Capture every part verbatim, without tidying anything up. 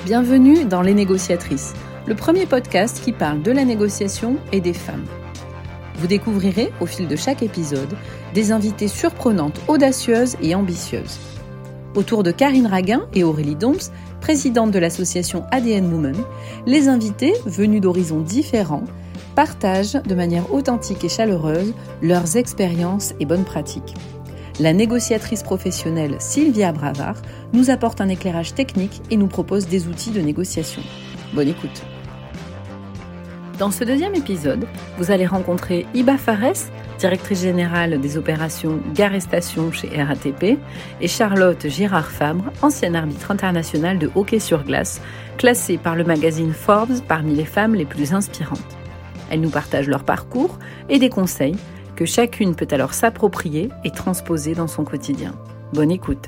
Bienvenue dans Les Négociatrices, le premier podcast qui parle de la négociation et des femmes. Vous découvrirez, au fil de chaque épisode, des invitées surprenantes, audacieuses et ambitieuses. Autour de Karine Raguin et Aurélie Domps, présidente de l'association A D N Women, les invités, venus d'horizons différents, partagent de manière authentique et chaleureuse leurs expériences et bonnes pratiques. La négociatrice professionnelle Sylvia Bravard nous apporte un éclairage technique et nous propose des outils de négociation. Bonne écoute. Dans ce deuxième épisode, vous allez rencontrer Iba Fares, directrice générale des opérations Gare et Station chez R A T P, et Charlotte Girard-Fabre, ancienne arbitre internationale de hockey sur glace, classée par le magazine Forbes parmi les femmes les plus inspirantes. Elles nous partagent leur parcours et des conseils que chacune peut alors s'approprier et transposer dans son quotidien. Bonne écoute.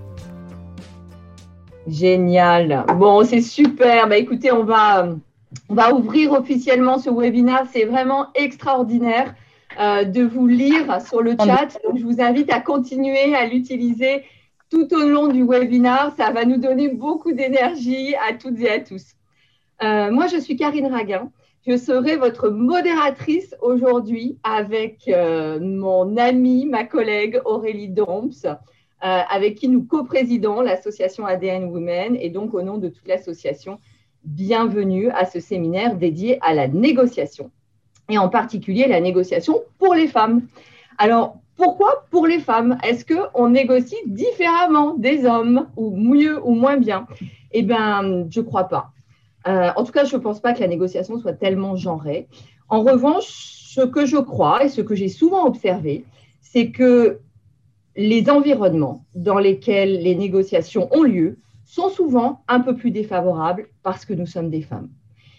Génial. Bon, c'est super. Bah, écoutez, on va, on va ouvrir officiellement ce webinaire. C'est vraiment extraordinaire euh, de vous lire sur le chat. Donc, je vous invite à continuer à l'utiliser tout au long du webinaire. Ça va nous donner beaucoup d'énergie à toutes et à tous. Euh, moi, je suis Karine Raguin. Je serai votre modératrice aujourd'hui avec euh, mon amie, ma collègue Aurélie Domps, euh, avec qui nous co-présidons l'association A D N Women et donc au nom de toute l'association, bienvenue à ce séminaire dédié à la négociation et en particulier la négociation pour les femmes. Alors, pourquoi pour les femmes? Est-ce qu'on négocie différemment des hommes ou mieux ou moins bien? Eh bien, je ne crois pas. Euh, en tout cas, je ne pense pas que la négociation soit tellement genrée. En revanche, ce que je crois et ce que j'ai souvent observé, c'est que les environnements dans lesquels les négociations ont lieu sont souvent un peu plus défavorables parce que nous sommes des femmes.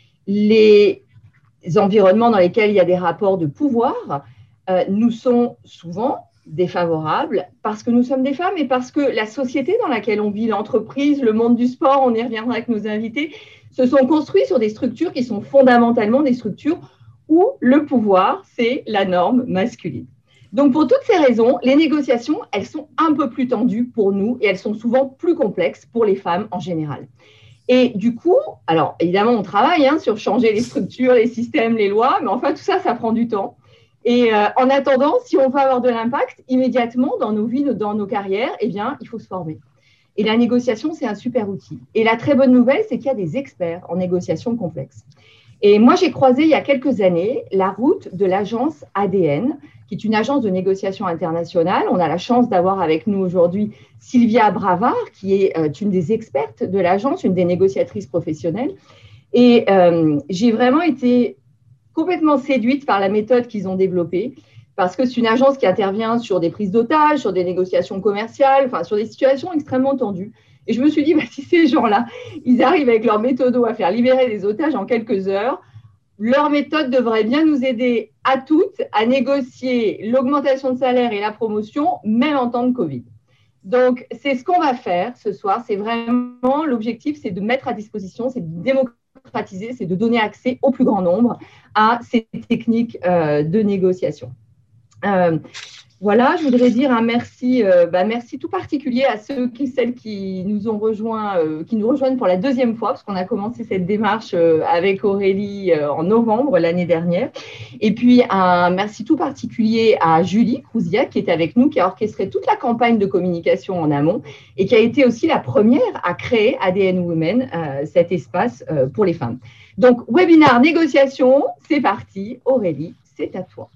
Les environnements dans lesquels il y a des rapports de pouvoir euh, nous sont souvent défavorables parce que nous sommes des femmes et parce que la société dans laquelle on vit, l'entreprise, le monde du sport, on y reviendra avec nos invités, se sont construits sur des structures qui sont fondamentalement des structures où le pouvoir, c'est la norme masculine. Donc, pour toutes ces raisons, les négociations, elles sont un peu plus tendues pour nous et elles sont souvent plus complexes pour les femmes en général. Et du coup, alors évidemment, on travaille hein, sur changer les structures, les systèmes, les lois, mais enfin, tout ça, ça prend du temps. Et euh, en attendant, si on veut avoir de l'impact immédiatement dans nos vies, dans nos carrières, eh bien, il faut se former. Et la négociation, c'est un super outil. Et la très bonne nouvelle, c'est qu'il y a des experts en négociation complexe. Et moi, j'ai croisé il y a quelques années la route de l'agence A D N, qui est une agence de négociation internationale. On a la chance d'avoir avec nous aujourd'hui Sylvia Bravard, qui est euh, une des expertes de l'agence, une des négociatrices professionnelles. Et euh, j'ai vraiment été complètement séduite par la méthode qu'ils ont développée, parce que c'est une agence qui intervient sur des prises d'otages, sur des négociations commerciales, enfin sur des situations extrêmement tendues. Et je me suis dit, bah, si ces gens-là, ils arrivent avec leur méthodo à faire libérer des otages en quelques heures, leur méthode devrait bien nous aider à toutes à négocier l'augmentation de salaire et la promotion, même en temps de Covid. Donc, c'est ce qu'on va faire ce soir. C'est vraiment l'objectif, c'est de mettre à disposition, c'est de démocratiser, c'est de donner accès au plus grand nombre à ces techniques euh, de négociation. Euh, voilà, je voudrais dire un merci, euh, bah merci tout particulier à ceux qui, celles qui nous ont rejoints, euh, qui nous rejoignent pour la deuxième fois, parce qu'on a commencé cette démarche euh, avec Aurélie euh, en novembre l'année dernière. Et puis un merci tout particulier à Julie Crouzia qui est avec nous, qui a orchestré toute la campagne de communication en amont et qui a été aussi la première à créer A D N Women, euh, cet espace euh, pour les femmes. Donc, webinaire négociation, c'est parti. Aurélie, c'est à toi.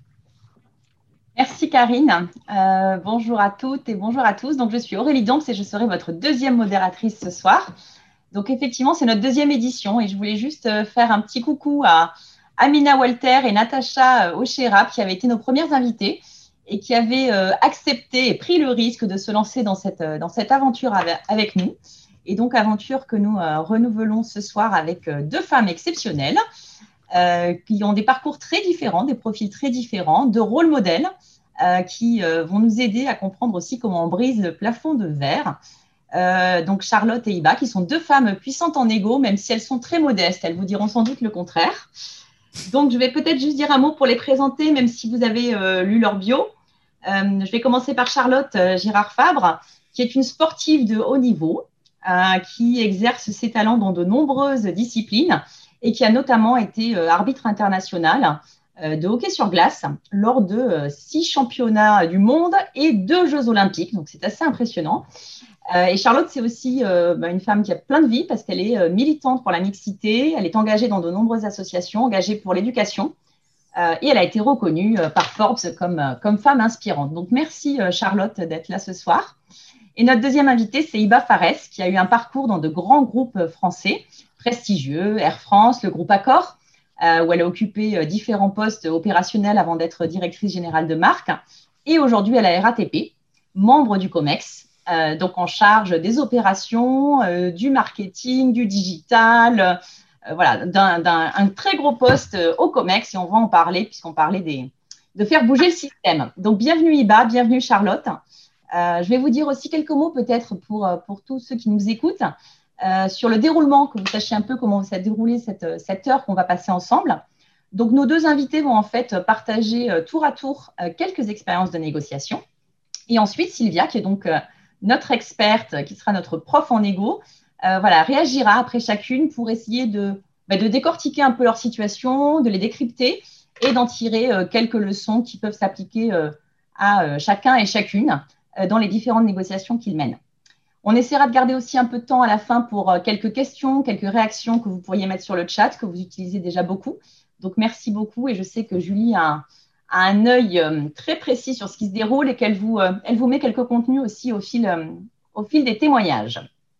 Merci Karine. Euh, bonjour à toutes et bonjour à tous. Donc, je suis Aurélie Domps et je serai votre deuxième modératrice ce soir. Donc, effectivement, c'est notre deuxième édition et je voulais juste faire un petit coucou à Amina Walter et Natacha Ocherab qui avaient été nos premières invitées et qui avaient euh, accepté et pris le risque de se lancer dans cette, dans cette aventure avec, avec nous. Et donc, aventure que nous euh, renouvelons ce soir avec euh, deux femmes exceptionnelles. Euh, qui ont des parcours très différents, des profils très différents, de rôles modèles euh, qui euh, vont nous aider à comprendre aussi comment on brise le plafond de verre. Euh, donc Charlotte et Iba, qui sont deux femmes puissantes en égo, même si elles sont très modestes. Elles vous diront sans doute le contraire. Donc, je vais peut-être juste dire un mot pour les présenter, même si vous avez euh, lu leur bio. Euh, je vais commencer par Charlotte euh, Girard-Fabre, qui est une sportive de haut niveau, euh, qui exerce ses talents dans de nombreuses disciplines et qui a notamment été euh, arbitre international euh, de hockey sur glace lors de euh, six championnats du monde et deux Jeux olympiques. Donc, c'est assez impressionnant. Euh, et Charlotte, c'est aussi euh, bah, une femme qui a plein de vie parce qu'elle est euh, militante pour la mixité, elle est engagée dans de nombreuses associations, engagée pour l'éducation euh, et elle a été reconnue euh, par Forbes comme, euh, comme femme inspirante. Donc, merci euh, Charlotte d'être là ce soir. Et notre deuxième invitée, c'est Hiba Fares, qui a eu un parcours dans de grands groupes français prestigieux, Air France, le groupe Accor, euh, où elle a occupé euh, différents postes opérationnels avant d'être directrice générale de marque. Et aujourd'hui, elle est à la R A T P, membre du COMEX, euh, donc en charge des opérations, euh, du marketing, du digital, euh, voilà, d'un, d'un un très gros poste euh, au COMEX. Et on va en parler puisqu'on parlait des, de faire bouger le système. Donc, bienvenue Hiba, bienvenue Charlotte. Euh, je vais vous dire aussi quelques mots peut-être pour, pour tous ceux qui nous écoutent euh, sur le déroulement, que vous sachiez un peu comment s'est déroulée cette, cette heure qu'on va passer ensemble. Donc, nos deux invités vont en fait partager euh, tour à tour euh, quelques expériences de négociation. Et ensuite, Sylvia, qui est donc euh, notre experte, qui sera notre prof en négo, euh, voilà, réagira après chacune pour essayer de, bah, de décortiquer un peu leur situation, de les décrypter et d'en tirer euh, quelques leçons qui peuvent s'appliquer euh, à euh, chacun et chacune euh, dans les différentes négociations qu'ils mènent. On essaiera de garder aussi un peu de temps à la fin pour euh, quelques questions, quelques réactions que vous pourriez mettre sur le chat, que vous utilisez déjà beaucoup. Donc, merci beaucoup. Et je sais que Julie a un, a un œil euh, très précis sur ce qui se déroule et qu'elle vous, euh, elle vous met quelques contenus aussi au fil, euh, au fil des témoignages.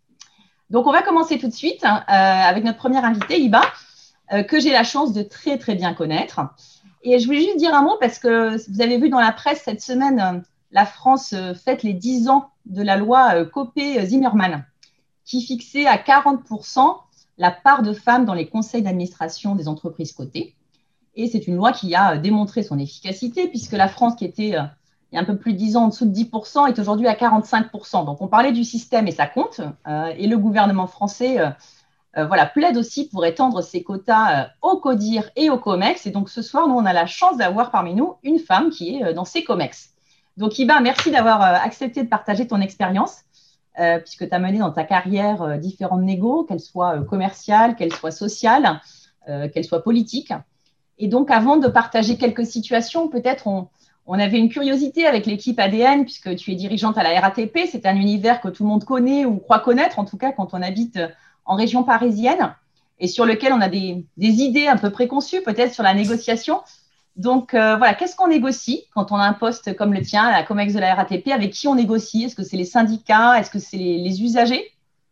Donc, on va commencer tout de suite hein, euh, avec notre première invitée, Hiba, euh, que j'ai la chance de très, très bien connaître. Et je voulais juste dire un mot parce que vous avez vu dans la presse cette semaine, euh, la France euh, fête les dix ans de la loi euh, Copé-Zimmermann qui fixait à quarante pour cent la part de femmes dans les conseils d'administration des entreprises cotées. Et c'est une loi qui a démontré son efficacité puisque la France, qui était euh, il y a un peu plus de dix ans en dessous de dix pour cent, est aujourd'hui à quarante-cinq pour cent. Donc, on parlait du système et ça compte. Euh, et le gouvernement français euh, euh, voilà, plaide aussi pour étendre ses quotas euh, au CODIR et au COMEX. Et donc, ce soir, nous, on a la chance d'avoir parmi nous une femme qui est euh, dans ces COMEX. Donc, Hiba, merci d'avoir euh, accepté de partager ton expérience euh, puisque tu as mené dans ta carrière euh, différentes négos, qu'elles soient euh, commerciales, qu'elles soient sociales, euh, qu'elles soient politiques. Et donc, avant de partager quelques situations, peut-être on, on avait une curiosité avec l'équipe A D N, puisque tu es dirigeante à la R A T P. C'est un univers que tout le monde connaît ou croit connaître, en tout cas quand on habite en région parisienne, et sur lequel on a des, des idées un peu préconçues, peut-être sur la négociation. Donc, euh, voilà, qu'est-ce qu'on négocie quand on a un poste comme le tien, à la COMEX de la R A T P? Avec qui on négocie? Est-ce que c'est les syndicats? Est-ce que c'est les, les usagers?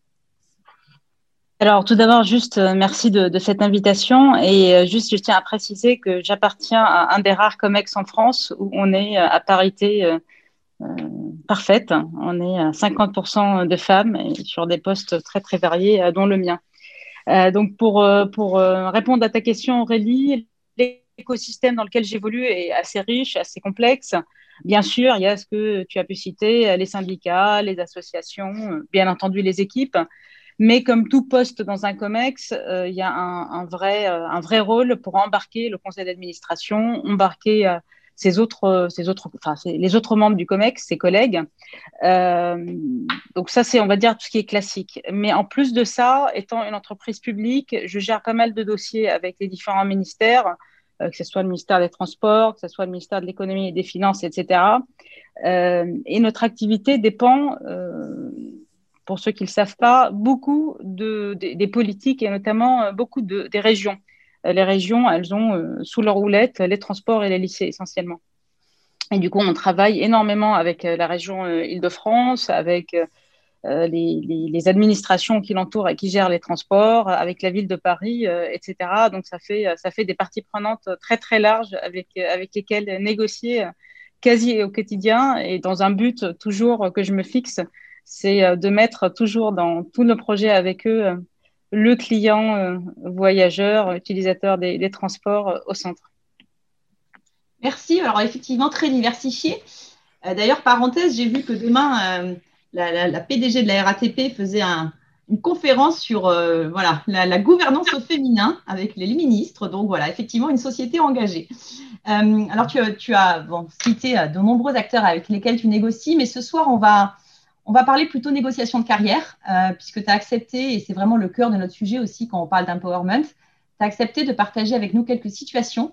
Alors, tout d'abord, juste euh, merci de, de cette invitation. Et euh, juste, je tiens à préciser que j'appartiens à un des rares COMEX en France où on est euh, à parité euh, euh, parfaite. On est à cinquante pour cent de femmes et sur des postes très, très variés, euh, dont le mien. Euh, donc, pour, euh, pour euh, répondre à ta question, Aurélie, l'écosystème dans lequel j'évolue est assez riche, assez complexe. Bien sûr, il y a ce que tu as pu citer, les syndicats, les associations, bien entendu les équipes. Mais comme tout poste dans un COMEX, euh, il y a un, un, vrai, euh, un vrai rôle pour embarquer le conseil d'administration, embarquer euh, ses autres, ses autres, enfin, les autres membres du COMEX, ses collègues. Euh, donc ça, c'est, on va dire, tout ce qui est classique. Mais en plus de ça, étant une entreprise publique, je gère pas mal de dossiers avec les différents ministères, euh, que ce soit le ministère des Transports, que ce soit le ministère de l'Économie et des Finances, et cetera. Euh, et notre activité dépend... Euh, pour ceux qui ne le savent pas, beaucoup de, de, des politiques et notamment beaucoup de, des régions. Les régions, elles ont euh, sous leur houlette les transports et les lycées essentiellement. Et du coup, on travaille énormément avec la région euh, Île-de-France, avec euh, les, les, les administrations qui l'entourent et qui gèrent les transports, avec la ville de Paris, euh, et cetera. Donc, ça fait, ça fait des parties prenantes très, très larges avec, avec lesquelles négocier quasi au quotidien et dans un but toujours que je me fixe, c'est de mettre toujours dans tous nos projets avec eux le client euh, voyageur, utilisateur des, des transports euh, au centre. Merci. Alors, effectivement, très diversifié. Euh, d'ailleurs, parenthèse, j'ai vu que demain, euh, la, la, la P D G de la R A T P faisait un, une conférence sur euh, voilà, la, la gouvernance au féminin avec les ministres. Donc, voilà, effectivement, une société engagée. Euh, alors, tu, tu as bon, cité de nombreux acteurs avec lesquels tu négocies, mais ce soir, on va... on va parler plutôt négociation de carrière, euh, puisque tu as accepté, et c'est vraiment le cœur de notre sujet aussi quand on parle d'empowerment, tu as accepté de partager avec nous quelques situations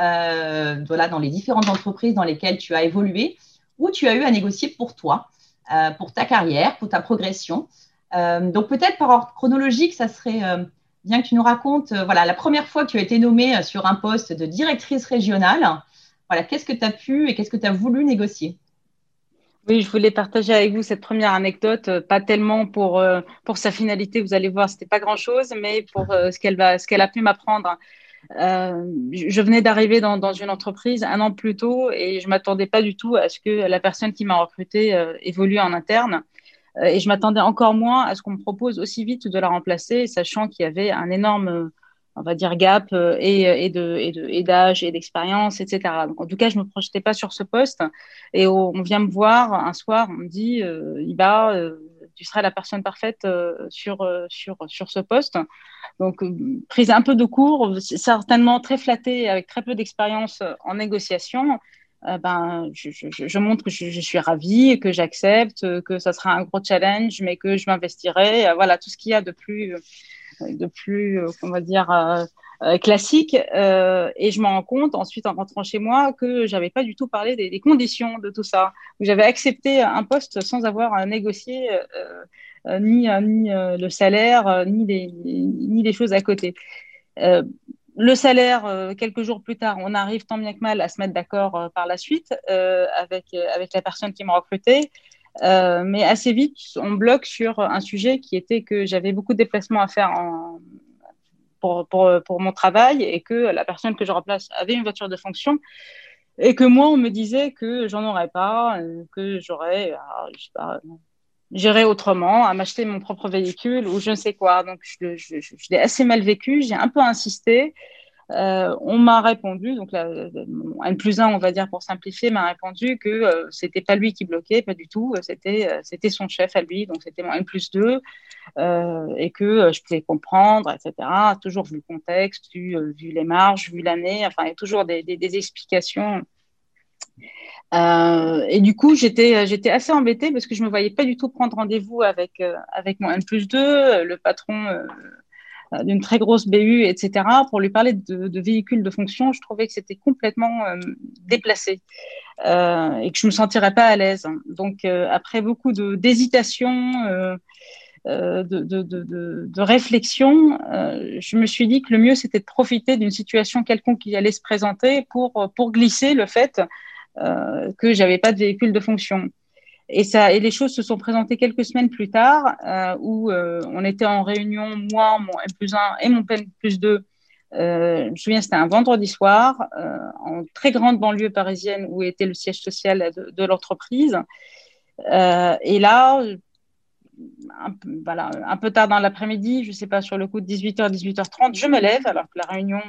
euh, voilà, dans les différentes entreprises dans lesquelles tu as évolué, où tu as eu à négocier pour toi, euh, pour ta carrière, pour ta progression. Euh, donc peut-être par ordre chronologique, ça serait euh, bien que tu nous racontes euh, voilà, la première fois que tu as été nommée sur un poste de directrice régionale. Voilà, qu'est-ce que tu as pu et qu'est-ce que tu as voulu négocier? Oui, je voulais partager avec vous cette première anecdote, euh, pas tellement pour, euh, pour sa finalité, vous allez voir, c'était pas grand-chose, mais pour euh, ce qu'elle va, ce qu'elle a pu m'apprendre. Euh, je venais d'arriver dans, dans une entreprise un an plus tôt et je m'attendais pas du tout à ce que la personne qui m'a recrutée euh, évolue en interne. Euh, et je m'attendais encore moins à ce qu'on me propose aussi vite de la remplacer, sachant qu'il y avait un énorme, on va dire, gap euh, et, et, de, et, de, et d'âge et d'expérience, et cetera. Donc, en tout cas, je ne me projetais pas sur ce poste. Et on vient me voir un soir, on me dit, euh, Iba, euh, tu seras la personne parfaite euh, sur, euh, sur, sur ce poste. Donc, euh, prise un peu de cours, certainement très flattée, avec très peu d'expérience en négociation. Euh, ben, je, je, je montre que je, je suis ravie, que j'accepte, que ça sera un gros challenge, mais que je m'investirai. Euh, voilà, tout ce qu'il y a de plus, de plus, on va dire, euh, euh, classique. Euh, et je me rends compte ensuite en rentrant chez moi que j'avais pas du tout parlé des, des conditions de tout ça. J'avais accepté un poste sans avoir négocié euh, euh, ni, euh, ni euh, le salaire, euh, ni, les, ni les choses à côté. Euh, Le salaire, euh, quelques jours plus tard, on arrive tant bien que mal à se mettre d'accord euh, par la suite euh, avec, euh, avec la personne qui m'a recruté. Euh, mais assez vite, on bloque sur un sujet qui était que j'avais beaucoup de déplacements à faire en, pour, pour, pour mon travail et que la personne que je remplace avait une voiture de fonction et que moi, on me disait que j'en aurais pas, euh, que j'aurais, ah, je sais pas, gérer autrement, à m'acheter mon propre véhicule ou je ne sais quoi. Donc, je, je, je, je l'ai assez mal vécu. J'ai un peu insisté. Euh, on m'a répondu, donc la, mon N plus un, on va dire pour simplifier, m'a répondu que euh, c'était pas lui qui bloquait, pas du tout. C'était, euh, c'était son chef à lui, donc c'était mon N plus deux, euh, et que euh, je pouvais comprendre, et cetera. Toujours vu le contexte, vu, euh, vu les marges, vu l'année. Enfin, il y a toujours des, des, des explications. Euh, et du coup, j'étais, j'étais assez embêtée parce que je me voyais pas du tout prendre rendez-vous avec, euh, avec mon N plus deux, le patron euh, d'une très grosse B U, et cetera, pour lui parler de, de véhicules de fonction. Je trouvais que c'était complètement euh, déplacé euh, et que je me sentirais pas à l'aise. Donc, euh, après beaucoup de, d'hésitation, euh, euh, de, de, de, de, de réflexion, euh, je me suis dit que le mieux, c'était de profiter d'une situation quelconque qui allait se présenter pour, pour glisser le fait Euh, que j'avais pas de véhicule de fonction. Et ça, et les choses se sont présentées quelques semaines plus tard, euh, où euh, on était en réunion, moi, mon N plus un et mon N plus deux. Euh, je me souviens, c'était un vendredi soir, euh, en très grande banlieue parisienne où était le siège social de, de l'entreprise. Euh, et là, un peu, voilà, un peu tard dans l'après-midi, je sais pas, sur le coup de dix-huit heures, dix-huit heures trente, je me lève alors que la réunion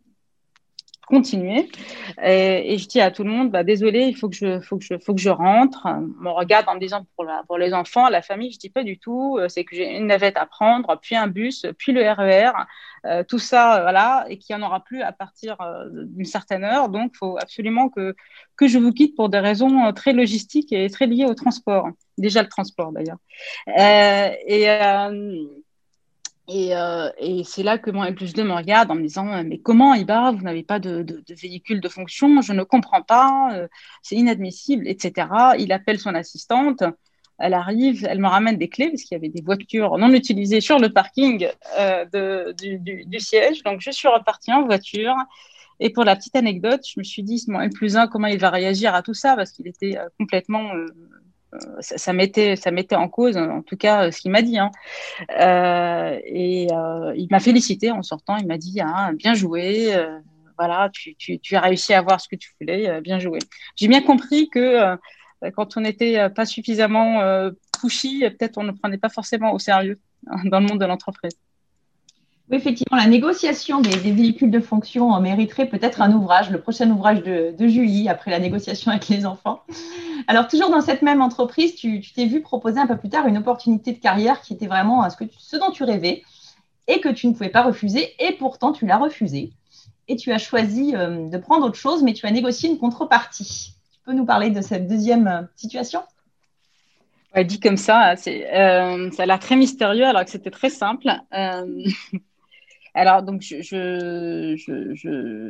continuer et, et je dis à tout le monde bah désolé, il faut que je faut que je faut que je rentre. On me regarde en me disant pour la, pour les enfants, la famille, je dis pas du tout, c'est que j'ai une navette à prendre, puis un bus, puis le R E R, euh, tout ça voilà, et qu'il y en aura plus à partir euh, d'une certaine heure, donc il faut absolument que que je vous quitte pour des raisons très logistiques et très liées au transport, déjà le transport d'ailleurs. Euh, et euh, Et, euh, et c'est là que mon N plus deux me regarde en me disant « Mais comment, Iba, vous n'avez pas de, de, de véhicule de fonction? Je ne comprends pas, euh, c'est inadmissible, et cetera » Il appelle son assistante, elle arrive, elle me ramène des clés parce qu'il y avait des voitures non utilisées sur le parking euh, de, du, du, du siège. Donc, je suis repartie en voiture. Et pour la petite anecdote, je me suis dit « Mon N plus un, comment il va réagir à tout ça ?» Parce qu'il était euh, complètement… Euh, Ça, ça, mettait, ça mettait en cause, en tout cas, ce qu'il m'a dit. Hein. Euh, et euh, il m'a félicité en sortant. Il m'a dit ah, bien joué, euh, voilà, tu, tu, tu as réussi à avoir ce que tu voulais, euh, bien joué. J'ai bien compris que euh, quand on n'était pas suffisamment euh, pushy, peut-être on ne prenait pas forcément au sérieux hein, dans le monde de l'entreprise. Oui, effectivement, la négociation des, des véhicules de fonction mériterait peut-être un ouvrage, le prochain ouvrage de, de Julie, après la négociation avec les enfants. Alors, toujours dans cette même entreprise, tu, tu t'es vu proposer un peu plus tard une opportunité de carrière qui était vraiment ce, que tu, ce dont tu rêvais et que tu ne pouvais pas refuser, et pourtant tu l'as refusé. Et tu as choisi euh, de prendre autre chose, mais tu as négocié une contrepartie. Tu peux nous parler de cette deuxième situation ? Ouais, dit comme ça, c'est, euh, ça a l'air très mystérieux alors que c'était très simple. Euh, alors, donc, je, je, je, je-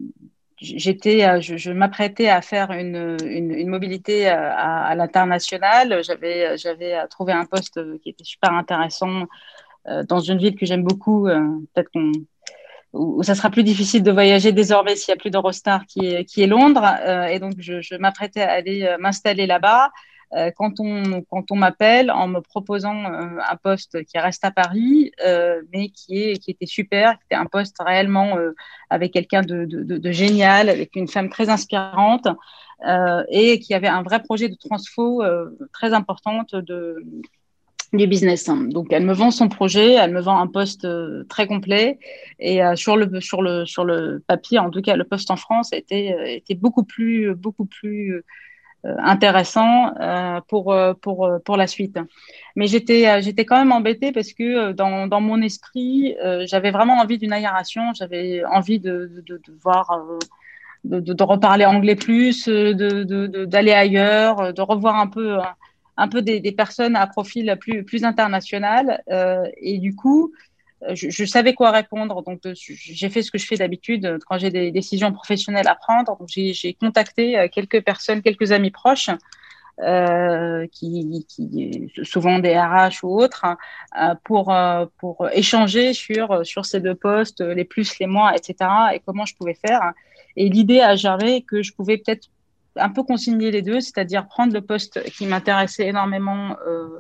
j'étais, euh, je, je m'apprêtais à faire une, une, une mobilité euh, à, à l'international. J'avais, j'avais euh, trouvé un poste qui était super intéressant euh, dans une ville que j'aime beaucoup. Euh, peut-être qu'on où, où ça sera plus difficile de voyager désormais s'il n'y a plus d'Eurostar qui est, qui est Londres. Euh, et donc, je, je m'apprêtais à aller euh, m'installer là-bas. Euh, quand on, quand on m'appelle en me proposant euh, un poste qui reste à Paris, euh, mais qui, est, qui était super, qui était un poste réellement euh, avec quelqu'un de, de, de, de génial, avec une femme très inspirante euh, et qui avait un vrai projet de transfo euh, très importante de, du business. Donc, elle me vend son projet, elle me vend un poste euh, très complet. Et euh, sur le sur le sur le papier, en tout cas, le poste en France était euh, était beaucoup plus beaucoup plus euh, intéressant euh, pour euh, pour euh, pour la suite. Mais j'étais euh, j'étais quand même embêtée parce que euh, dans dans mon esprit, euh, j'avais vraiment envie d'une aération. J'avais envie de de, de voir euh, de, de, de reparler anglais plus, de, de, de, d'aller ailleurs, de revoir un peu, un peu des, des personnes à profil plus, plus international. Euh, et du coup, je, je savais quoi répondre. Donc, j'ai fait ce que je fais d'habitude quand j'ai des décisions professionnelles à prendre. Donc, j'ai, j'ai contacté quelques personnes, quelques amis proches. Euh, qui, qui souvent des R H ou autres hein, pour euh, pour échanger sur sur ces deux postes, les plus, les moins, et cetera et comment je pouvais faire. Et l'idée a germé que je pouvais peut-être un peu concilier les deux, c'est-à-dire prendre le poste qui m'intéressait énormément euh,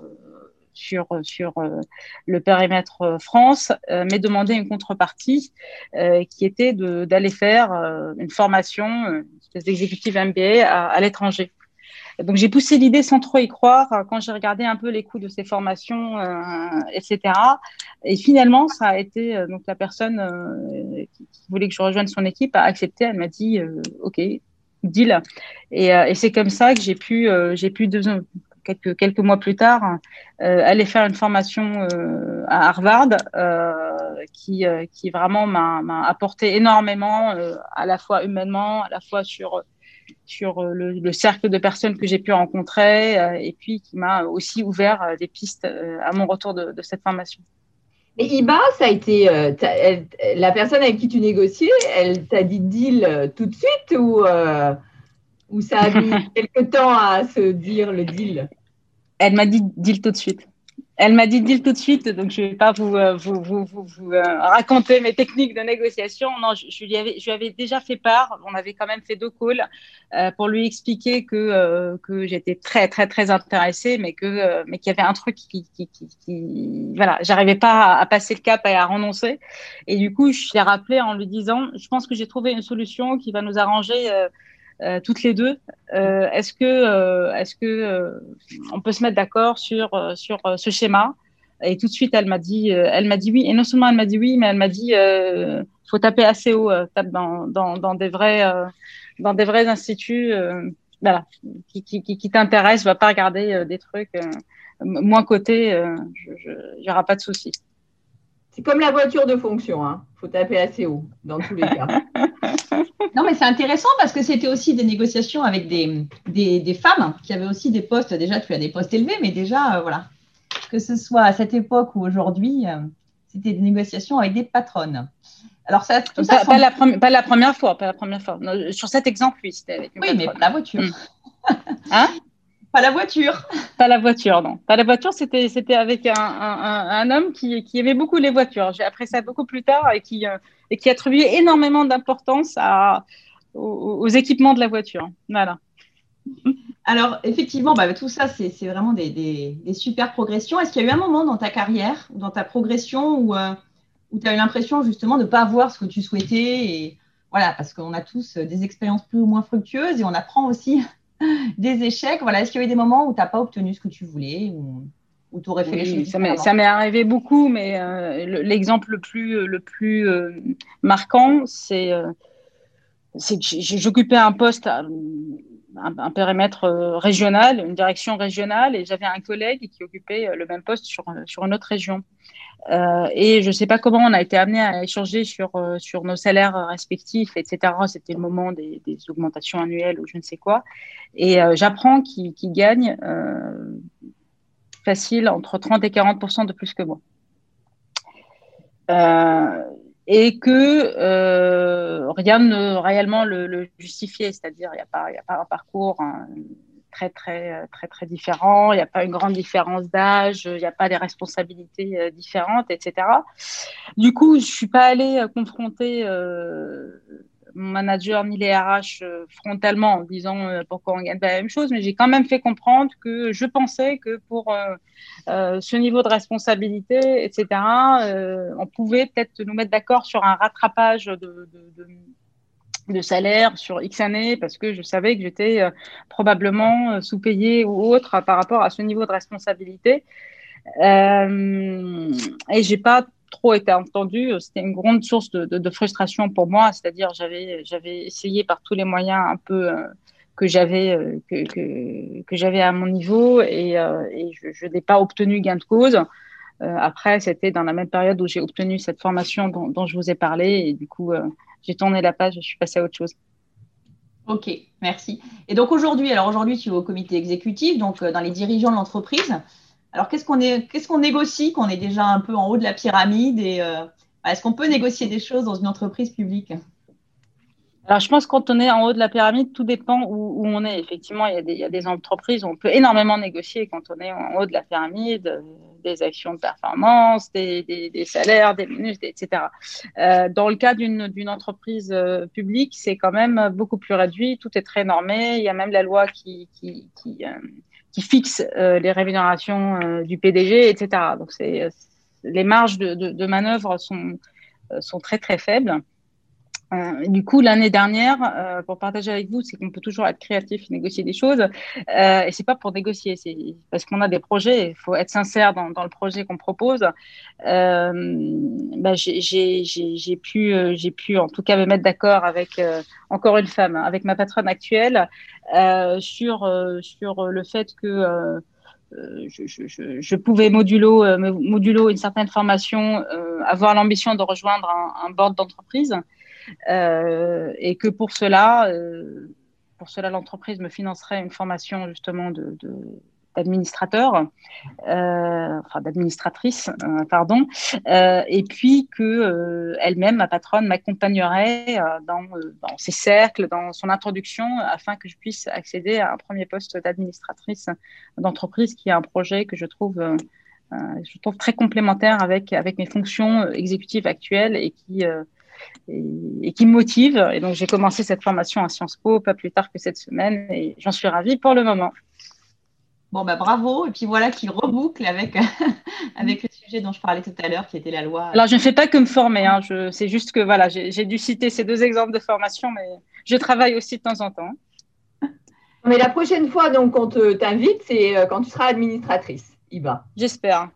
sur sur euh, le périmètre France, euh, mais demander une contrepartie euh, qui était de, d'aller faire euh, une formation, une espèce d'exécutive M B A à, à l'étranger. Donc, j'ai poussé l'idée sans trop y croire quand j'ai regardé un peu les coûts de ces formations, euh, et cetera. Et finalement, ça a été euh, donc la personne euh, qui, qui voulait que je rejoigne son équipe a accepté. Elle m'a dit euh, OK, deal. Et, euh, et c'est comme ça que j'ai pu, euh, j'ai pu deux, quelques quelques mois plus tard euh, aller faire une formation euh, à Harvard euh, qui euh, qui vraiment m'a, m'a apporté énormément euh, à la fois humainement, à la fois sur sur le, le cercle de personnes que j'ai pu rencontrer euh, et puis qui m'a aussi ouvert euh, des pistes euh, à mon retour de, de cette formation. Et Iba, ça a été euh, elle, la personne avec qui tu négociais, elle t'a dit deal euh, tout de suite ou, euh, ou ça a mis quelque temps à se dire le deal? Elle m'a dit deal tout de suite. Elle m'a dit deal tout de suite, donc je ne vais pas vous, vous, vous, vous, vous euh, raconter mes techniques de négociation. Non, je, je, lui avais, je lui avais déjà fait part. On avait quand même fait deux calls euh, pour lui expliquer que, euh, que j'étais très, très, très intéressée, mais que euh, mais qu'il y avait un truc qui, qui, qui, qui voilà, j'arrivais pas à, à passer le cap et à renoncer. Et du coup, je l'ai rappelé en lui disant, je pense que j'ai trouvé une solution qui va nous arranger. Euh, Euh, toutes les deux. Euh, est-ce que, euh, est-ce que euh, on peut se mettre d'accord sur euh, sur euh, ce schéma? Et tout de suite, elle m'a dit, euh, elle m'a dit oui. Et non seulement elle m'a dit oui, mais elle m'a dit, euh, faut taper assez haut, euh, tape dans dans dans des vrais euh, dans des vrais instituts, euh, voilà, qui qui qui, qui t'intéressent. Va pas regarder euh, des trucs euh, moins cotés. Euh, il y aura pas de souci. C'est comme la voiture de fonction, hein. Faut taper assez haut dans tous les cas. Non, mais c'est intéressant parce que c'était aussi des négociations avec des, des, des femmes qui avaient aussi des postes. Déjà, tu as des postes élevés, mais déjà, euh, voilà. Que ce soit à cette époque ou aujourd'hui, euh, c'était des négociations avec des patronnes. Alors, ça, tout ça pas, pas, la premi- pas la première fois, pas la première fois. Non, sur cet exemple, oui, c'était avec une oui, patronne. mais pas la voiture. Mmh. Hein? Pas la voiture. Pas la voiture, non. Pas la voiture, c'était, c'était avec un, un, un homme qui, qui aimait beaucoup les voitures. J'ai appris ça beaucoup plus tard et qui, euh, et qui attribuait énormément d'importance à, aux, aux équipements de la voiture. Voilà. Alors, effectivement, bah, tout ça, c'est, c'est vraiment des, des, des super progressions. Est-ce qu'il y a eu un moment dans ta carrière, dans ta progression, où, euh, où tu as eu l'impression justement de ne pas avoir ce que tu souhaitais et, voilà, parce qu'on a tous des expériences plus ou moins fructueuses et on apprend aussi des échecs. Voilà, est-ce qu'il y a eu des moments où tu n'as pas obtenu ce que tu voulais ou, ou tu aurais fait Oui, les choses ça m'est, différemment? ça m'est arrivé beaucoup, mais euh, le, l'exemple le plus, le plus euh, marquant, c'est, euh, c'est que j'occupais un poste, à, un, un périmètre euh, régional, une direction régionale, et j'avais un collègue qui occupait le même poste sur, sur une autre région. Euh, et je ne sais pas comment on a été amené à échanger sur, euh, sur nos salaires respectifs, et cetera. C'était le moment des, des augmentations annuelles ou je ne sais quoi. Et euh, j'apprends qu'il, qu'il gagne euh, facile entre trente et quarante pour cent de plus que moi. Euh, et que euh, rien ne réellement le, le justifiait, c'est-à-dire il n'y a pas, il y a pas un parcours hein, très très très très différent, il n'y a pas une grande différence d'âge, il n'y a pas des responsabilités euh, différentes, et cetera. Du coup, je suis pas allée euh, confronter euh, mon manager ni les R H euh, frontalement en disant euh, pourquoi on gagne pas la même chose, mais j'ai quand même fait comprendre que je pensais que pour euh, euh, ce niveau de responsabilité, et cetera, euh, on pouvait peut-être nous mettre d'accord sur un rattrapage de, de, de de salaire sur X années parce que je savais que j'étais euh, probablement euh, sous-payée ou autre euh, par rapport à ce niveau de responsabilité. Euh, et j'ai pas trop été entendue. C'était une grande source de, de, de frustration pour moi. C'est-à-dire, j'avais, j'avais essayé par tous les moyens un peu euh, que j'avais euh, que, que, que j'avais à mon niveau et, euh, et je, je n'ai pas obtenu gain de cause. Euh, après, c'était dans la même période où j'ai obtenu cette formation dont, dont je vous ai parlé et du coup, euh, j'ai tourné la page et je suis passée à autre chose. Ok, merci. Et donc aujourd'hui, alors aujourd'hui, tu es au comité exécutif, donc euh, dans les dirigeants de l'entreprise. Alors qu'est-ce qu'on est, qu'est-ce qu'on négocie quand on est déjà un peu en haut de la pyramide et euh, est-ce qu'on peut négocier des choses dans une entreprise publique? Alors, je pense que quand on est en haut de la pyramide, tout dépend où, où on est. Effectivement, il y, a des, il y a des entreprises où on peut énormément négocier quand on est en haut de la pyramide, euh, des actions de performance, des, des, des salaires, des bonus, et cetera. Euh, dans le cas d'une, d'une entreprise euh, publique, c'est quand même beaucoup plus réduit. Tout est très normé. Il y a même la loi qui, qui, qui, euh, qui fixe euh, les rémunérations euh, du P D G, et cetera. Donc, c'est, les marges de, de, de manœuvre sont, euh, sont très, très faibles. Euh, du coup, l'année dernière, euh, pour partager avec vous, c'est qu'on peut toujours être créatif et négocier des choses. Euh, et c'est pas pour négocier, c'est parce qu'on a des projets. Il faut être sincère dans, dans le projet qu'on propose. Euh, bah, j'ai, j'ai, j'ai, j'ai pu, euh, j'ai pu, en tout cas, me mettre d'accord avec euh, encore une femme, hein, avec ma patronne actuelle, euh, sur euh, sur le fait que euh, je, je, je pouvais modulo, euh, modulo une certaine formation, euh, avoir l'ambition de rejoindre un, un board d'entreprise. Euh, et que pour cela, euh, pour cela, l'entreprise me financerait une formation justement de, de, d'administrateur, euh, enfin d'administratrice, euh, pardon, euh, et puis que euh, elle-même, ma patronne, m'accompagnerait euh, dans, euh, dans ses cercles, dans son introduction, afin que je puisse accéder à un premier poste d'administratrice d'entreprise, qui est un projet que je trouve euh, je trouve très complémentaire avec avec mes fonctions exécutives actuelles et qui euh, Et, et qui me motive. Et donc, j'ai commencé cette formation à Sciences Po pas plus tard que cette semaine et j'en suis ravie pour le moment. Bon, bah bravo. Et puis voilà qui reboucle avec, avec le sujet dont je parlais tout à l'heure, qui était la loi. Alors, je ne fais pas que me former. Hein. Je, c'est juste que voilà, j'ai, j'ai dû citer ces deux exemples de formation, mais je travaille aussi de temps en temps. Mais la prochaine fois, donc, on te t'invite, c'est quand tu seras administratrice, Iba. J'espère.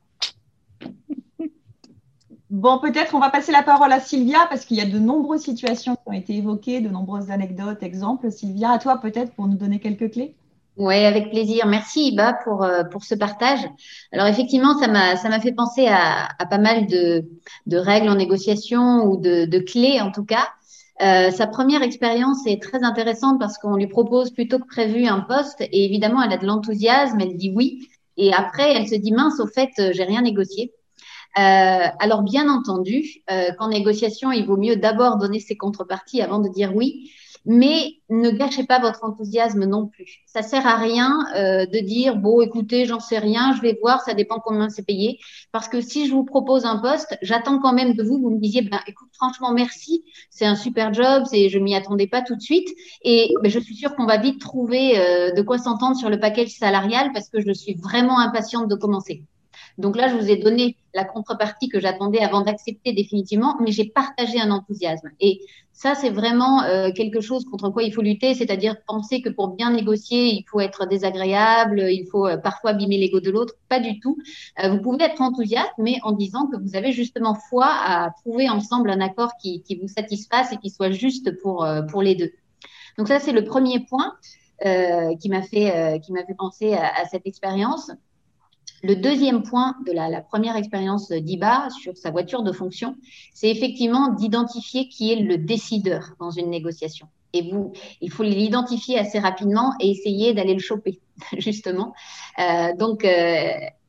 Bon, peut-être on va passer la parole à Sylvia parce qu'il y a de nombreuses situations qui ont été évoquées, de nombreuses anecdotes, exemples. Sylvia, à toi peut-être pour nous donner quelques clés. Oui, avec plaisir. Merci Iba pour, pour ce partage. Alors effectivement, ça m'a, ça m'a fait penser à, à pas mal de, de règles en négociation ou de, de clés en tout cas. Euh, sa première expérience est très intéressante parce qu'on lui propose plutôt que prévu un poste et évidemment, elle a de l'enthousiasme, elle dit oui. Et après, elle se dit mince, au fait, j'ai rien négocié. Euh, alors, bien entendu, euh, qu'en négociation, il vaut mieux d'abord donner ses contreparties avant de dire oui, mais ne gâchez pas votre enthousiasme non plus. Ça sert à rien euh, de dire bon, écoutez, j'en sais rien, je vais voir, ça dépend combien c'est payé. Parce que si je vous propose un poste, j'attends quand même de vous, vous me disiez, ben, écoute, franchement, merci, c'est un super job, c'est, je m'y attendais pas tout de suite, et ben, je suis sûre qu'on va vite trouver euh, de quoi s'entendre sur le package salarial parce que je suis vraiment impatiente de commencer. Donc là, je vous ai donné la contrepartie que j'attendais avant d'accepter définitivement, mais j'ai partagé un enthousiasme. Et ça, c'est vraiment euh, quelque chose contre quoi il faut lutter, c'est-à-dire penser que pour bien négocier, il faut être désagréable, il faut euh, parfois abîmer l'ego de l'autre. Pas du tout. Euh, vous pouvez être enthousiaste, mais en disant que vous avez justement foi à trouver ensemble un accord qui, qui vous satisfasse et qui soit juste pour, euh, pour les deux. Donc ça, c'est le premier point euh, qui m'a fait, euh, qui m'a fait penser à, à cette expérience. Le deuxième point de la, la première expérience d'Iba sur sa voiture de fonction, c'est effectivement d'identifier qui est le décideur dans une négociation. Et vous, il faut l'identifier assez rapidement et essayer d'aller le choper, justement. Euh, donc, euh,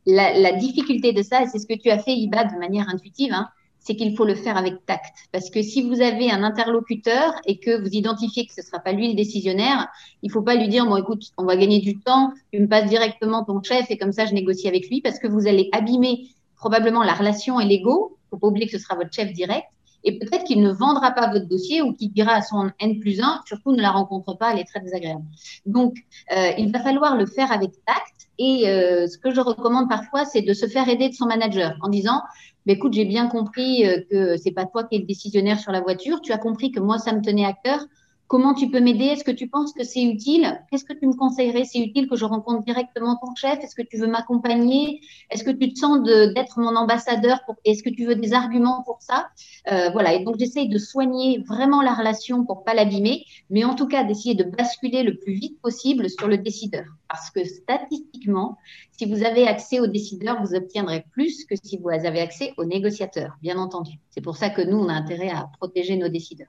la, la difficulté de ça, et c'est ce que tu as fait, Iba, de manière intuitive, hein, c'est qu'il faut le faire avec tact. Parce que si vous avez un interlocuteur et que vous identifiez que ce ne sera pas lui le décisionnaire, il ne faut pas lui dire, bon, écoute, on va gagner du temps, tu me passes directement ton chef et comme ça, je négocie avec lui, parce que vous allez abîmer probablement la relation et l'ego. Il ne faut pas oublier que ce sera votre chef direct. Et peut-être qu'il ne vendra pas votre dossier ou qu'il dira à son N plus un, surtout ne la rencontre pas, elle est très désagréable. Donc, euh, il va falloir le faire avec tact. Et euh, ce que je recommande parfois, c'est de se faire aider de son manager en disant, bah, écoute, j'ai bien compris euh, que c'est pas toi qui es le décisionnaire sur la voiture. Tu as compris que moi, ça me tenait à cœur. Comment tu peux m'aider? Est-ce que tu penses que c'est utile? Qu'est-ce que tu me conseillerais? C'est utile que je rencontre directement ton chef? Est-ce que tu veux m'accompagner? Est-ce que tu te sens de, d'être mon ambassadeur? Pour... Est-ce que tu veux des arguments pour ça? euh, Voilà. Et donc, j'essaye de soigner vraiment la relation pour pas l'abîmer, mais en tout cas, d'essayer de basculer le plus vite possible sur le décideur. Parce que statistiquement, si vous avez accès au décideur, vous obtiendrez plus que si vous avez accès au négociateur, bien entendu. C'est pour ça que nous, on a intérêt à protéger nos décideurs.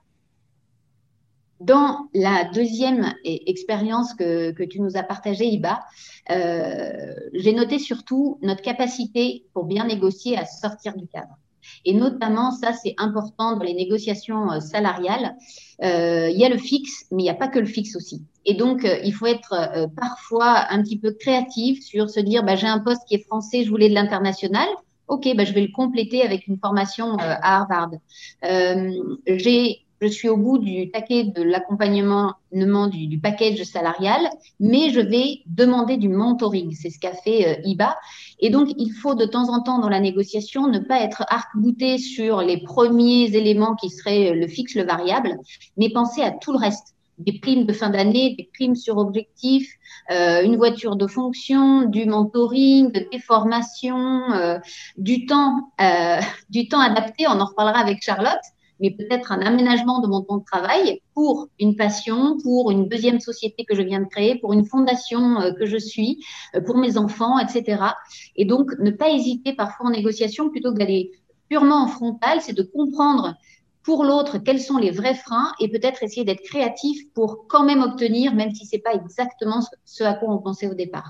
Dans la deuxième expérience que, que tu nous as partagée, Iba, euh, j'ai noté surtout notre capacité pour bien négocier à sortir du cadre. Et notamment, ça, c'est important dans les négociations salariales. Euh, il y a le fixe, mais il n'y a pas que le fixe aussi. Et donc, euh, il faut être euh, parfois un petit peu créatif sur se dire, bah, j'ai un poste qui est français, je voulais de l'international. Ok, bah, je vais le compléter avec une formation euh, à Harvard. Euh, j'ai Je suis au bout du taquet de l'accompagnement du, du package salarial, mais je vais demander du mentoring. C'est ce qu'a fait euh, Iba. Et donc, il faut de temps en temps dans la négociation ne pas être arc-bouté sur les premiers éléments qui seraient le fixe, le variable, mais penser à tout le reste. Des primes de fin d'année, des primes sur objectif, euh, une voiture de fonction, du mentoring, des formations, euh, du temps, euh, du temps adapté. On en reparlera avec Charlotte. Mais peut-être un aménagement de mon temps de travail pour une passion, pour une deuxième société que je viens de créer, pour une fondation que je suis, pour mes enfants, et cetera. Et donc, ne pas hésiter parfois en négociation, plutôt que d'aller purement en frontal, c'est de comprendre pour l'autre quels sont les vrais freins et peut-être essayer d'être créatif pour quand même obtenir, même si ce n'est pas exactement ce à quoi on pensait au départ.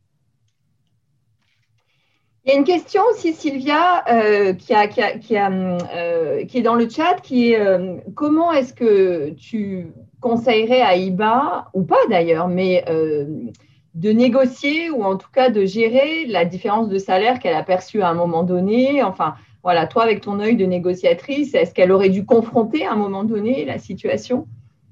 Il y a une question aussi, Sylvia, euh, qui, a, qui, a, qui, a, euh, qui est dans le chat, qui est euh, comment est-ce que tu conseillerais à Iba, ou pas d'ailleurs, mais euh, de négocier ou en tout cas de gérer la différence de salaire qu'elle a perçue à un moment donné? Enfin, voilà, toi avec ton œil de négociatrice, est-ce qu'elle aurait dû confronter à un moment donné la situation?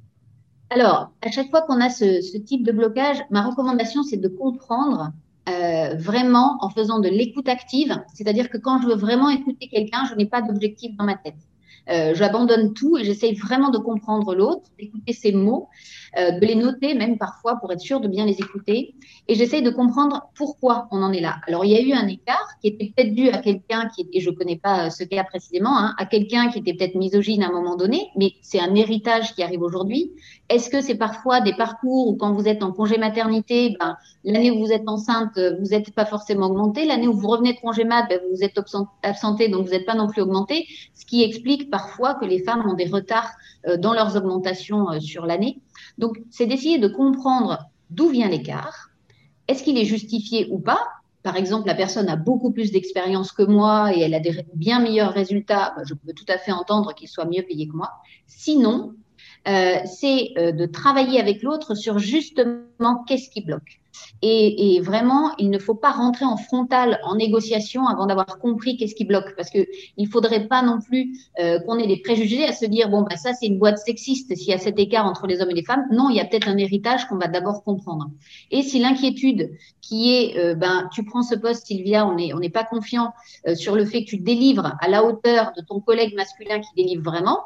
Alors, à chaque fois qu'on a ce, ce type de blocage, ma recommandation, c'est de comprendre Euh, vraiment en faisant de l'écoute active, c'est-à-dire que quand je veux vraiment écouter quelqu'un, je n'ai pas d'objectif dans ma tête. Euh, j'abandonne tout et j'essaye vraiment de comprendre l'autre, d'écouter ses mots, euh, de les noter même parfois pour être sûr de bien les écouter. Et j'essaye de comprendre pourquoi on en est là. Alors, il y a eu un écart qui était peut-être dû à quelqu'un qui était, je ne connais pas ce cas précisément, hein, à quelqu'un qui était peut-être misogyne à un moment donné, mais c'est un héritage qui arrive aujourd'hui. Est-ce que c'est parfois des parcours où quand vous êtes en congé maternité, ben, l'année où vous êtes enceinte, vous n'êtes pas forcément augmenté. L'année où vous revenez de congé mat, ben, vous êtes absenté, donc vous n'êtes pas non plus augmenté. Ce qui explique parfois que les femmes ont des retards euh, dans leurs augmentations euh, sur l'année. Donc, c'est d'essayer de comprendre d'où vient l'écart. Est-ce qu'il est justifié ou pas? Par exemple, la personne a beaucoup plus d'expérience que moi et elle a des bien meilleurs résultats. Ben, je peux tout à fait entendre qu'il soit mieux payé que moi. Sinon, Euh, c'est euh, de travailler avec l'autre sur justement qu'est-ce qui bloque. Et, et vraiment, il ne faut pas rentrer en frontal en négociation avant d'avoir compris qu'est-ce qui bloque. Parce qu'il ne faudrait pas non plus euh, qu'on ait des préjugés à se dire, bon, bah, ça, c'est une boîte sexiste s'il y a cet écart entre les hommes et les femmes. Non, il y a peut-être un héritage qu'on va d'abord comprendre. Et si l'inquiétude qui est, euh, ben, tu prends ce poste, Sylvia, on n'est on n'est pas confiant euh, sur le fait que tu délivres à la hauteur de ton collègue masculin qui délivre vraiment,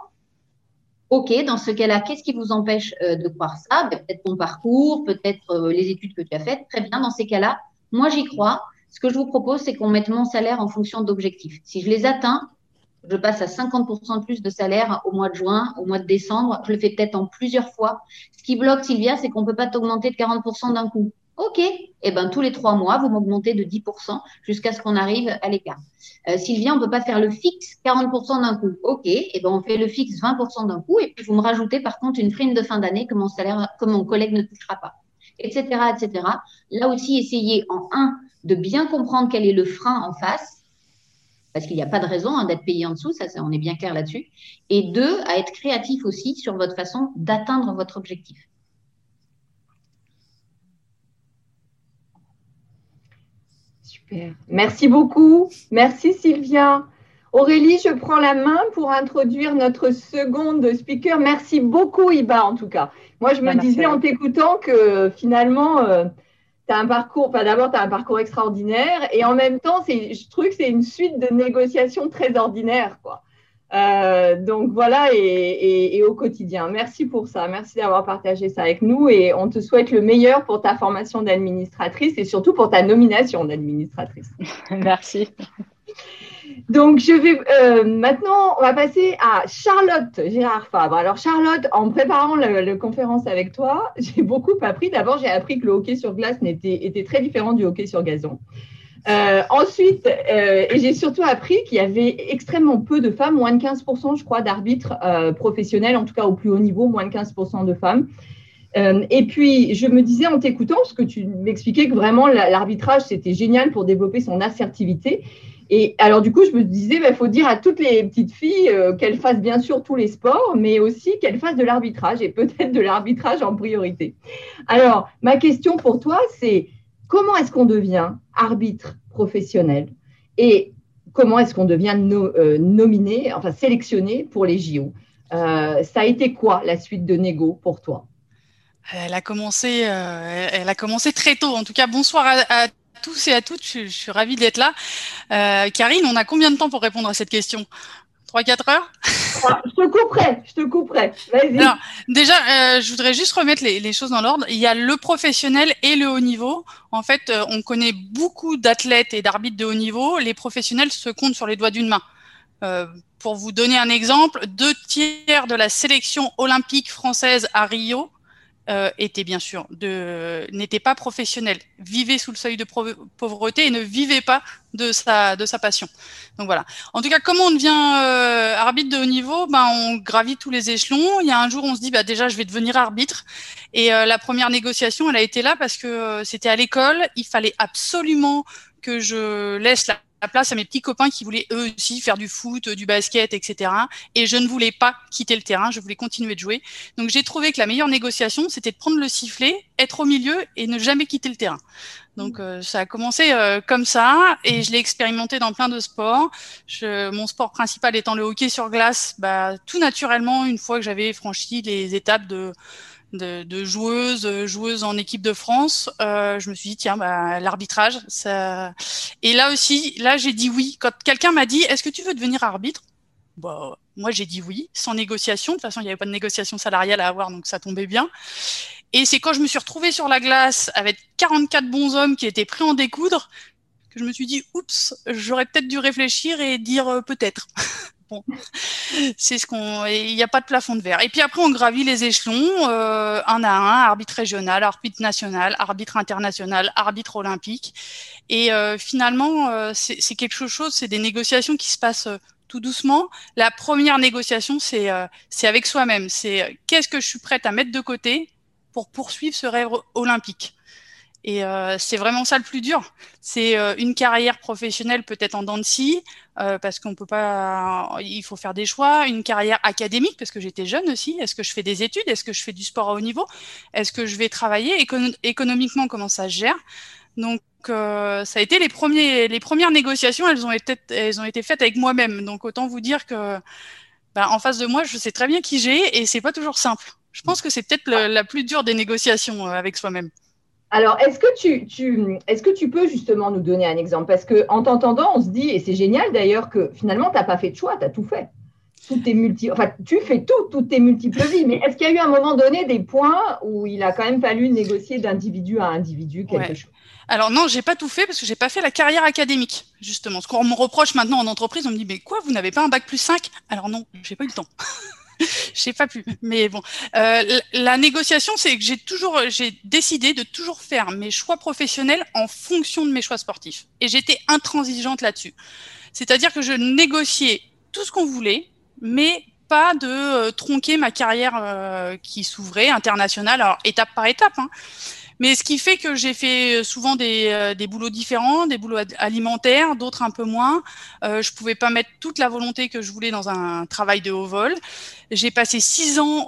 ok, dans ce cas-là, qu'est-ce qui vous empêche euh, de croire ça? Ben, peut-être ton parcours, peut-être euh, les études que tu as faites. Très bien, dans ces cas-là, moi, j'y crois. Ce que je vous propose, c'est qu'on mette mon salaire en fonction d'objectifs. Si je les atteins, je passe à cinquante pour cent de plus de salaire au mois de juin, au mois de décembre. Je le fais peut-être en plusieurs fois. Ce qui bloque, Sylvia, c'est qu'on ne peut pas t'augmenter de quarante pour cent d'un coup. Ok, eh ben, tous les trois mois, vous m'augmentez de dix pour cent jusqu'à ce qu'on arrive à l'écart. Euh, Sylvia, on ne peut pas faire le fixe quarante pour cent d'un coup. Ok, eh ben, on fait le fixe vingt pour cent d'un coup et puis vous me rajoutez par contre une prime de fin d'année que mon salaire, que mon collègue ne touchera pas, et cetera, et cetera. Là aussi, essayez en un de bien comprendre quel est le frein en face, parce qu'il n'y a pas de raison hein, d'être payé en dessous, ça, ça, on est bien clair là-dessus. Et deux, à être créatif aussi sur votre façon d'atteindre votre objectif. Super. Merci beaucoup. Merci Sylvia. Aurélie, je prends la main pour introduire notre seconde speaker. Merci beaucoup Iba en tout cas. Moi, je me Merci disais en t'écoutant que finalement, euh, tu as un parcours, enfin d'abord, tu as un parcours extraordinaire et en même temps, c'est, je trouve que c'est une suite de négociations très ordinaires, quoi. Euh, donc voilà, et, et, et au quotidien. Merci pour ça. Merci d'avoir partagé ça avec nous et on te souhaite le meilleur pour ta formation d'administratrice et surtout pour ta nomination d'administratrice. Merci. Donc, je vais euh, maintenant, on va passer à Charlotte Gérard Fabre. Alors, Charlotte, en préparant la, la conférence avec toi, j'ai beaucoup appris. D'abord, j'ai appris que le hockey sur glace n'était, était très différent du hockey sur gazon. Euh, ensuite, euh, et j'ai surtout appris qu'il y avait extrêmement peu de femmes, moins de quinze pour cent, je crois, d'arbitres euh, professionnels, en tout cas au plus haut niveau, moins de quinze pour cent de femmes. Euh, et puis, je me disais en t'écoutant, parce que tu m'expliquais que vraiment l'arbitrage, c'était génial pour développer son assertivité. Et alors, du coup, je me disais, il bah, faut dire à toutes les petites filles euh, qu'elles fassent bien sûr tous les sports, mais aussi qu'elles fassent de l'arbitrage et peut-être de l'arbitrage en priorité. Alors, ma question pour toi, c'est comment est-ce qu'on devient arbitre professionnel et comment est-ce qu'on devient no, euh, nominé, enfin sélectionné pour les J O? euh, Ça a été quoi la suite de négo pour toi? Elle a commencé, euh, elle a commencé très tôt. En tout cas, bonsoir à, à tous et à toutes. Je, je suis ravie d'être là. Euh, Karine, on a combien de temps pour répondre à cette question? Trois, quatre heures? Ah, je te couperai, je te couperai. Vas-y. Alors, déjà, euh, je voudrais juste remettre les, les choses dans l'ordre. Il y a le professionnel et le haut niveau. En fait, euh, on connaît beaucoup d'athlètes et d'arbitres de haut niveau. Les professionnels se comptent sur les doigts d'une main. Euh, pour vous donner un exemple, deux tiers de la sélection olympique française à Rio Euh, était bien sûr de n'était pas professionnel, vivait sous le seuil de pauvreté et ne vivait pas de sa de sa passion. Donc voilà. En tout cas, comment on devient euh, arbitre de haut niveau? Ben on gravit tous les échelons. Il y a un jour, on se dit bah déjà je vais devenir arbitre. Et euh, la première négociation, elle a été là parce que euh, c'était à l'école. Il fallait absolument que je laisse la la place à mes petits copains qui voulaient eux aussi faire du foot, du basket, et cetera. Et je ne voulais pas quitter le terrain, je voulais continuer de jouer. Donc j'ai trouvé que la meilleure négociation, c'était de prendre le sifflet, être au milieu et ne jamais quitter le terrain. Donc euh, ça a commencé euh, comme ça et je l'ai expérimenté dans plein de sports. Je, mon sport principal étant le hockey sur glace, bah, tout naturellement, une fois que j'avais franchi les étapes de De, de joueuses, joueuses en équipe de France, euh, je me suis dit tiens bah l'arbitrage, ça. Et là aussi, là j'ai dit oui. Quand quelqu'un m'a dit est-ce que tu veux devenir arbitre, bah moi j'ai dit oui, sans négociation. De toute façon il n'y avait pas de négociation salariale à avoir, donc ça tombait bien. Et c'est quand je me suis retrouvée sur la glace avec quarante-quatre bons hommes qui étaient prêts à en découdre que je me suis dit oups, j'aurais peut-être dû réfléchir et dire euh, peut-être. Bon, c'est ce qu'on. Il n'y a pas de plafond de verre. Et puis après, on gravit les échelons, euh, un à un, arbitre régional, arbitre national, arbitre international, arbitre olympique. Et euh, finalement, euh, c'est, c'est quelque chose. C'est des négociations qui se passent euh, tout doucement. La première négociation, c'est euh, c'est avec soi-même. C'est euh, qu'est-ce que je suis prête à mettre de côté pour poursuivre ce rêve olympique. Et euh, c'est vraiment ça le plus dur. C'est euh, une carrière professionnelle peut-être en dents de scie, euh, parce qu'on peut pas, il faut faire des choix. Une carrière académique parce que j'étais jeune aussi. Est-ce que je fais des études? Est-ce que je fais du sport à haut niveau? Est-ce que je vais travailler? Écono- économiquement, comment ça se gère? Donc euh, ça a été les premiers, les premières négociations. Elles ont été, elles ont été faites avec moi-même. Donc autant vous dire que, bah, en face de moi, je sais très bien qui j'ai et c'est pas toujours simple. Je pense que c'est peut-être le, la plus dure des négociations euh, avec soi-même. Alors, est-ce que tu, tu, est-ce que tu peux justement nous donner un exemple? Parce qu'en t'entendant, on se dit, et c'est génial d'ailleurs, que finalement, tu n'as pas fait de choix, tu as tout fait. Toutes tes multi... Enfin, tu fais tout, toutes tes multiples vies. Mais est-ce qu'il y a eu à un moment donné des points où il a quand même fallu négocier d'individu à individu quelque ouais. chose? Alors non, j'ai pas tout fait parce que j'ai pas fait la carrière académique, justement. Ce qu'on me reproche maintenant en entreprise, on me dit, mais quoi, vous n'avez pas un bac plus cinq? Alors non, j'ai pas eu le temps. J'ai pas pu, mais bon. Euh, la, la négociation, c'est que j'ai toujours, j'ai décidé de toujours faire mes choix professionnels en fonction de mes choix sportifs. Et j'étais intransigeante là-dessus. C'est-à-dire que je négociais tout ce qu'on voulait, mais pas de euh, tronquer ma carrière euh, qui s'ouvrait internationale, alors étape par étape, hein. Mais ce qui fait que j'ai fait souvent des, euh, des boulots différents, des boulots ad- alimentaires, d'autres un peu moins. Euh, je pouvais pas mettre toute la volonté que je voulais dans un travail de haut vol. J'ai passé six ans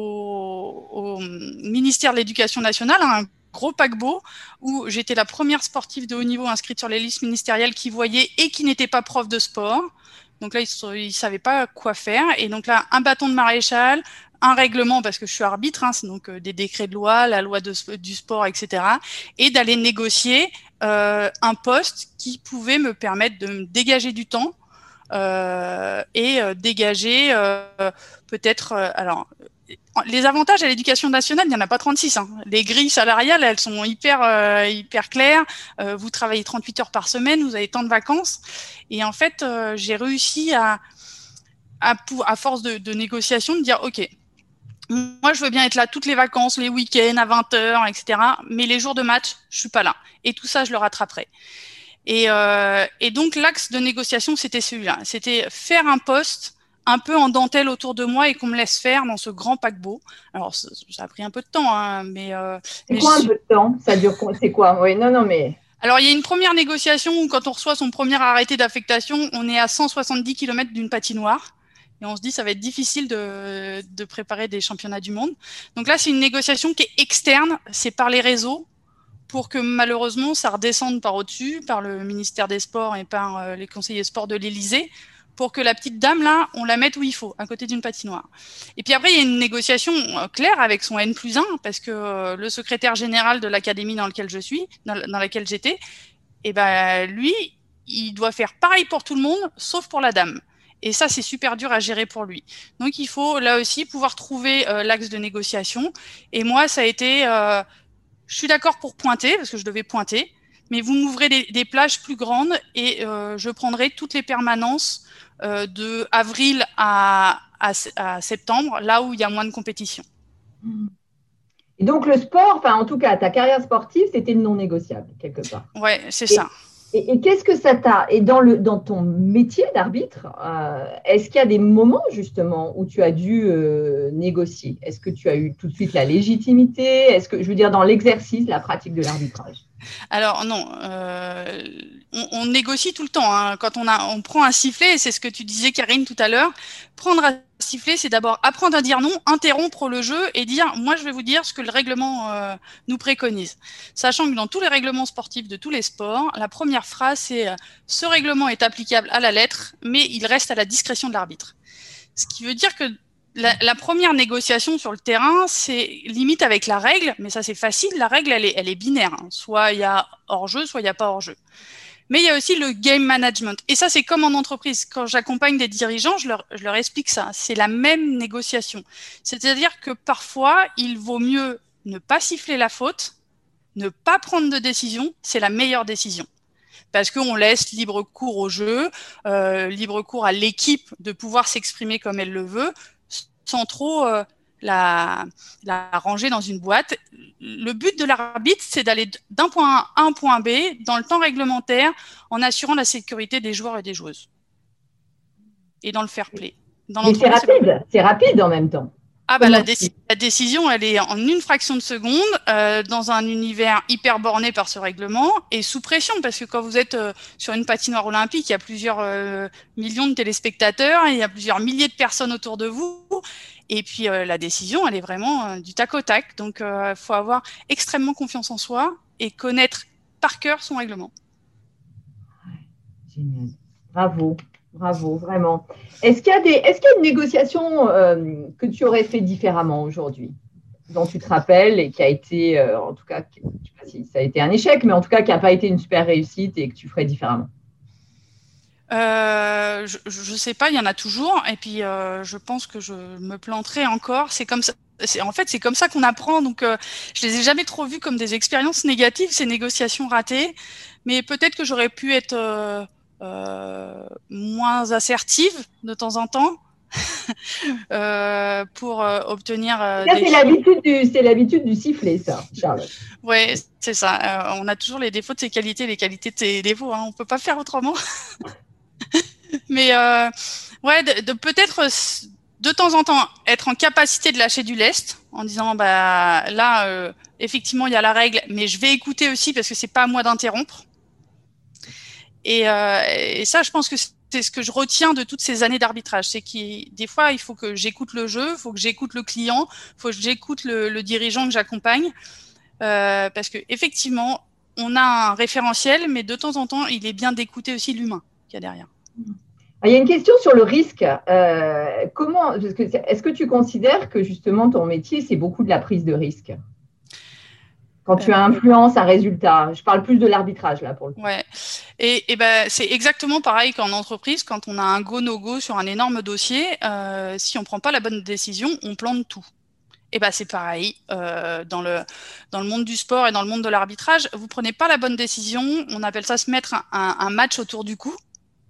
au, au ministère de l'Éducation nationale, un gros paquebot, où j'étais la première sportive de haut niveau inscrite sur les listes ministérielles qui voyait et qui n'était pas prof de sport. Donc là, ils ne savaient pas quoi faire. Et donc là, un bâton de maréchal, un règlement, parce que je suis arbitre, hein, c'est donc euh, des décrets de loi, la loi de, du sport, et cetera. Et d'aller négocier euh, un poste qui pouvait me permettre de me dégager du temps euh, et euh, dégager euh, peut-être... Euh, alors, les avantages à l'éducation nationale, il n'y en a pas trente-six. Hein. Les grilles salariales, elles sont hyper, euh, hyper claires. Euh, vous travaillez trente-huit heures par semaine, vous avez tant de vacances. Et en fait, euh, j'ai réussi à, à, à force de, de négociation, de dire, OK, moi, je veux bien être là toutes les vacances, les week-ends, à vingt heures, et cetera. Mais les jours de match, je suis pas là. Et tout ça, je le rattraperai. Et, euh, et donc, l'axe de négociation, c'était celui-là. C'était faire un poste un peu en dentelle autour de moi et qu'on me laisse faire dans ce grand paquebot. Alors, ça, ça a pris un peu de temps, hein, mais... Euh, c'est quoi je... un peu de temps? Ça dure c'est quoi? Oui, non, non, mais... Alors, il y a une première négociation où quand on reçoit son premier arrêté d'affectation, on est à cent soixante-dix kilomètres d'une patinoire. Et on se dit, ça va être difficile de, de préparer des championnats du monde. Donc là, c'est une négociation qui est externe, c'est par les réseaux, pour que malheureusement, ça redescende par au-dessus, par le ministère des Sports et par euh, les conseillers sports de l'Élysée, pour que la petite dame, là, on la mette où il faut, à côté d'une patinoire. Et puis après, il y a une négociation euh, claire avec son N plus un, parce que euh, le secrétaire général de l'académie dans laquelle je suis, dans, dans laquelle j'étais, eh ben, lui, il doit faire pareil pour tout le monde, sauf pour la dame. Et ça, c'est super dur à gérer pour lui. Donc, il faut là aussi pouvoir trouver euh, l'axe de négociation. Et moi, ça a été, euh, je suis d'accord pour pointer, parce que je devais pointer, mais vous m'ouvrez des, des plages plus grandes et euh, je prendrai toutes les permanences euh, de avril à, à, à septembre, là où il y a moins de compétition. Et donc, le sport, enfin, en tout cas, ta carrière sportive, c'était non négociable, quelque part. Ouais, c'est et, ça. Et, et qu'est-ce que ça t'a… Et dans, le, dans ton métier d'arbitre, euh, est-ce qu'il y a des moments, justement, où tu as dû euh, négocier? Est-ce que tu as eu tout de suite la légitimité? Est-ce que, je veux dire, dans l'exercice, la pratique de l'arbitrage? Alors non, euh, on, on négocie tout le temps. Hein. Quand on, a, on prend un sifflet, et c'est ce que tu disais, Karine, tout à l'heure, prendre un sifflet, c'est d'abord apprendre à dire non, interrompre le jeu et dire « moi, je vais vous dire ce que le règlement euh, nous préconise ». Sachant que dans tous les règlements sportifs de tous les sports, la première phrase, c'est euh, « ce règlement est applicable à la lettre, mais il reste à la discrétion de l'arbitre ». Ce qui veut dire que La, la première négociation sur le terrain, c'est limite avec la règle, mais ça c'est facile, la règle elle est, elle est binaire, hein. Soit il y a hors-jeu, soit il n'y a pas hors-jeu. Mais il y a aussi le game management, et ça c'est comme en entreprise, quand j'accompagne des dirigeants, je leur, je leur explique ça, c'est la même négociation. C'est-à-dire que parfois, il vaut mieux ne pas siffler la faute, ne pas prendre de décision, c'est la meilleure décision. Parce qu'on laisse libre cours au jeu, euh, libre cours à l'équipe de pouvoir s'exprimer comme elle le veut, sans trop euh, la, la ranger dans une boîte. Le but de l'arbitre, c'est d'aller d'un point A à un point B dans le temps réglementaire en assurant la sécurité des joueurs et des joueuses. Et dans le fair play. Dans Mais c'est rapide, c'est rapide en même temps. Ah bah la, déci- la décision, elle est en une fraction de seconde, euh, dans un univers hyper borné par ce règlement et sous pression, parce que quand vous êtes euh, sur une patinoire olympique, il y a plusieurs euh, millions de téléspectateurs, il y a plusieurs milliers de personnes autour de vous, et puis euh, la décision, elle est vraiment euh, du tac au tac. Donc, il euh, faut avoir extrêmement confiance en soi et connaître par cœur son règlement. Génial. Bravo. Bravo, vraiment. Est-ce qu'il y a, des, est-ce qu'il y a une négociation euh, que tu aurais fait différemment aujourd'hui, dont tu te rappelles et qui a été, euh, en tout cas, je ne sais pas si ça a été un échec, mais en tout cas qui n'a pas été une super réussite et que tu ferais différemment? euh, Je ne sais pas, il y en a toujours. Et puis, euh, je pense que je me planterai encore. C'est comme ça. C'est, en fait, c'est comme ça qu'on apprend. Donc, euh, je les ai jamais trop vues comme des expériences négatives, ces négociations ratées. Mais peut-être que j'aurais pu être… Euh, Euh, moins assertive de temps en temps euh, pour euh, obtenir euh, ça, des c'est l'habitude du c'est l'habitude du sifflet, ça, Charlotte. Ouais, c'est ça. Euh, on a toujours les défauts de ses qualités, les qualités de ses défauts, hein. On peut pas faire autrement. Mais euh, ouais, de, de peut-être de temps en temps être en capacité de lâcher du lest en disant bah là euh, effectivement, il y a la règle, mais je vais écouter aussi parce que c'est pas à moi d'interrompre. Et, euh, et ça, je pense que c'est ce que je retiens de toutes ces années d'arbitrage. C'est que des fois, il faut que j'écoute le jeu, il faut que j'écoute le client, il faut que j'écoute le, le dirigeant que j'accompagne. Euh, parce que effectivement, on a un référentiel, mais de temps en temps, il est bien d'écouter aussi l'humain qu'il y a derrière. Il y a une question sur le risque. Euh, comment, est-ce que tu considères que justement ton métier, c'est beaucoup de la prise de risque ? Quand tu as influence un résultat, je parle plus de l'arbitrage là pour le coup. Ouais, et, et ben c'est exactement pareil qu'en entreprise, quand on a un go no go sur un énorme dossier, euh, si on prend pas la bonne décision, on plante tout. Et ben c'est pareil euh, dans le dans le monde du sport et dans le monde de l'arbitrage. Vous prenez pas la bonne décision, on appelle ça se mettre un, un, un match autour du cou.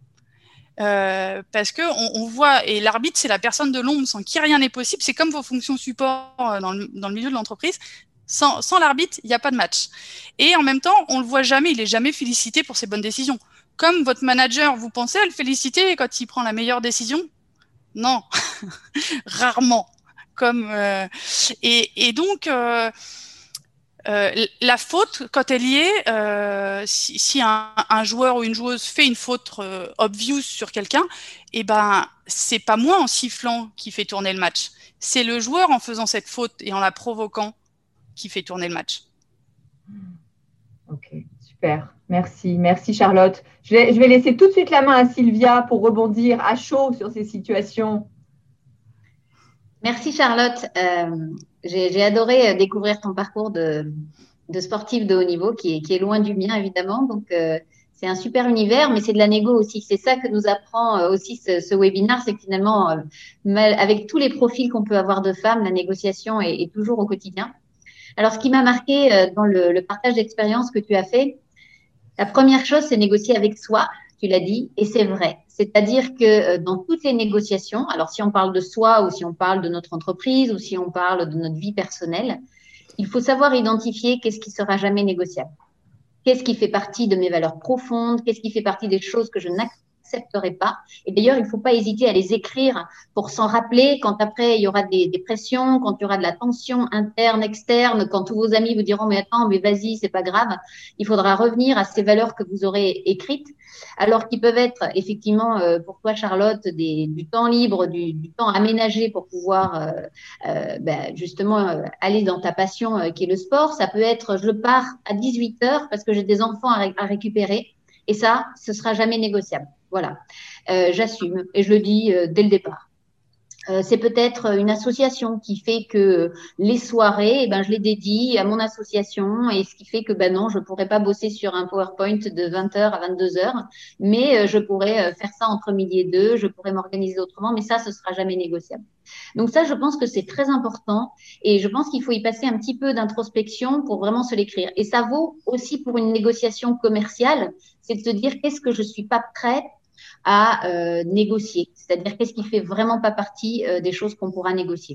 Euh, parce que on, on voit, et l'arbitre c'est la personne de l'ombre sans qui rien n'est possible. C'est comme vos fonctions support dans le, dans le milieu de l'entreprise. Sans, sans l'arbitre, il n'y a pas de match. Et en même temps, on le voit jamais, il est jamais félicité pour ses bonnes décisions. Comme votre manager, vous pensez à le féliciter quand il prend la meilleure décision ? Non, rarement. Comme euh, et, et donc euh, euh, la faute, quand elle y est, euh, si, si un, un joueur ou une joueuse fait une faute euh, obvious sur quelqu'un, eh ben c'est pas moi en sifflant qui fait tourner le match, c'est le joueur en faisant cette faute et en la provoquant qui fait tourner le match. Ok, super. Merci. Merci Charlotte. Je vais, je vais laisser tout de suite la main à Sylvia pour rebondir à chaud sur ces situations. Merci Charlotte. Euh, j'ai, j'ai adoré découvrir ton parcours de, de sportif de haut niveau qui est, qui est loin du mien évidemment. Donc, euh, c'est un super univers, mais c'est de la négo aussi. C'est ça que nous apprend aussi ce, ce webinaire, c'est que finalement, euh, mal, avec tous les profils qu'on peut avoir de femmes, la négociation est, est toujours au quotidien. Alors, ce qui m'a marqué euh, dans le, le partage d'expérience que tu as fait, la première chose, c'est négocier avec soi, tu l'as dit, et c'est vrai. C'est-à-dire que euh, dans toutes les négociations, alors si on parle de soi ou si on parle de notre entreprise ou si on parle de notre vie personnelle, il faut savoir identifier qu'est-ce qui sera jamais négociable. Qu'est-ce qui fait partie de mes valeurs profondes? Qu'est-ce qui fait partie des choses que je n'accepterai pas? Et d'ailleurs, il ne faut pas hésiter à les écrire pour s'en rappeler quand après il y aura des, des pressions, quand il y aura de la tension interne, externe, quand tous vos amis vous diront mais attends, mais vas-y, c'est pas grave. Il faudra revenir à ces valeurs que vous aurez écrites, alors qu'ils peuvent être effectivement euh, pour toi, Charlotte, des, du temps libre, du, du temps aménagé pour pouvoir euh, euh, ben, justement euh, aller dans ta passion euh, qui est le sport. Ça peut être je pars à dix-huit heures parce que j'ai des enfants à, ré- à récupérer. Et ça, ce sera jamais négociable. Voilà, euh, j'assume et je le dis euh, dès le départ. Euh, c'est peut-être une association qui fait que les soirées, eh ben, je les dédie à mon association et ce qui fait que ben non, je ne pourrais pas bosser sur un PowerPoint de vingt heures à vingt-deux heures, mais euh, je pourrais euh, faire ça entre midi et deux, je pourrais m'organiser autrement, mais ça, ce sera jamais négociable. Donc ça, je pense que c'est très important et je pense qu'il faut y passer un petit peu d'introspection pour vraiment se l'écrire. Et ça vaut aussi pour une négociation commerciale, c'est de se dire qu'est-ce que je suis pas prête à euh, négocier, c'est-à-dire qu'est-ce qui fait vraiment pas partie euh, des choses qu'on pourra négocier.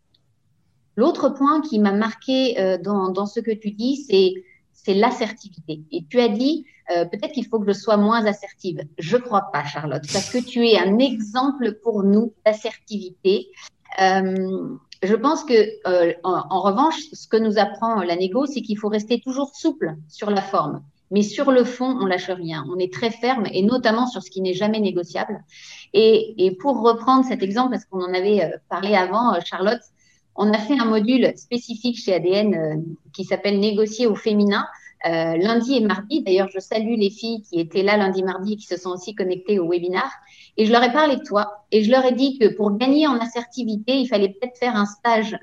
L'autre point qui m'a marqué euh, dans, dans ce que tu dis, c'est, c'est l'assertivité. Et tu as dit, euh, peut-être qu'il faut que je sois moins assertive. Je crois pas, Charlotte, parce que tu es un exemple pour nous d'assertivité. Euh, je pense que, euh, en, en revanche, ce que nous apprend la négo, c'est qu'il faut rester toujours souple sur la forme. Mais sur le fond, on lâche rien. On est très ferme et notamment sur ce qui n'est jamais négociable. Et, et pour reprendre cet exemple, parce qu'on en avait parlé avant, Charlotte, on a fait un module spécifique chez A D N euh, qui s'appelle Négocier au féminin, euh, lundi et mardi. D'ailleurs, je salue les filles qui étaient là lundi, mardi et qui se sont aussi connectées au webinaire. Et je leur ai parlé de toi et je leur ai dit que pour gagner en assertivité, il fallait peut-être faire un stage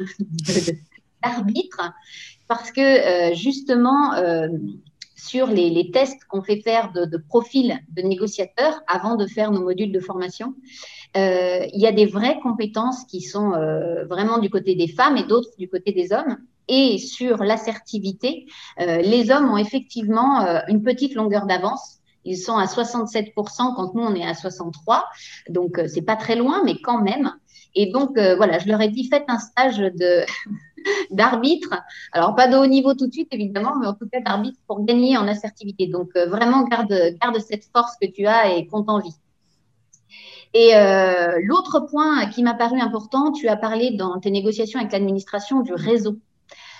d'arbitre parce que euh, justement, euh, sur les, les tests qu'on fait faire de, de profil de négociateurs avant de faire nos modules de formation, euh, il y a des vraies compétences qui sont euh, vraiment du côté des femmes et d'autres du côté des hommes. Et sur l'assertivité, euh, les hommes ont effectivement euh, une petite longueur d'avance. Ils sont à soixante-sept pour cent quand nous, on est à soixante-trois. Donc, euh, c'est pas très loin, mais quand même. Et donc, euh, voilà, je leur ai dit, faites un stage de d'arbitre. Alors, pas de haut niveau tout de suite, évidemment, mais en tout cas d'arbitre pour gagner en assertivité. Donc, euh, vraiment, garde, garde cette force que tu as et compte en vie. Et euh, l'autre point qui m'a paru important, tu as parlé dans tes négociations avec l'administration du réseau.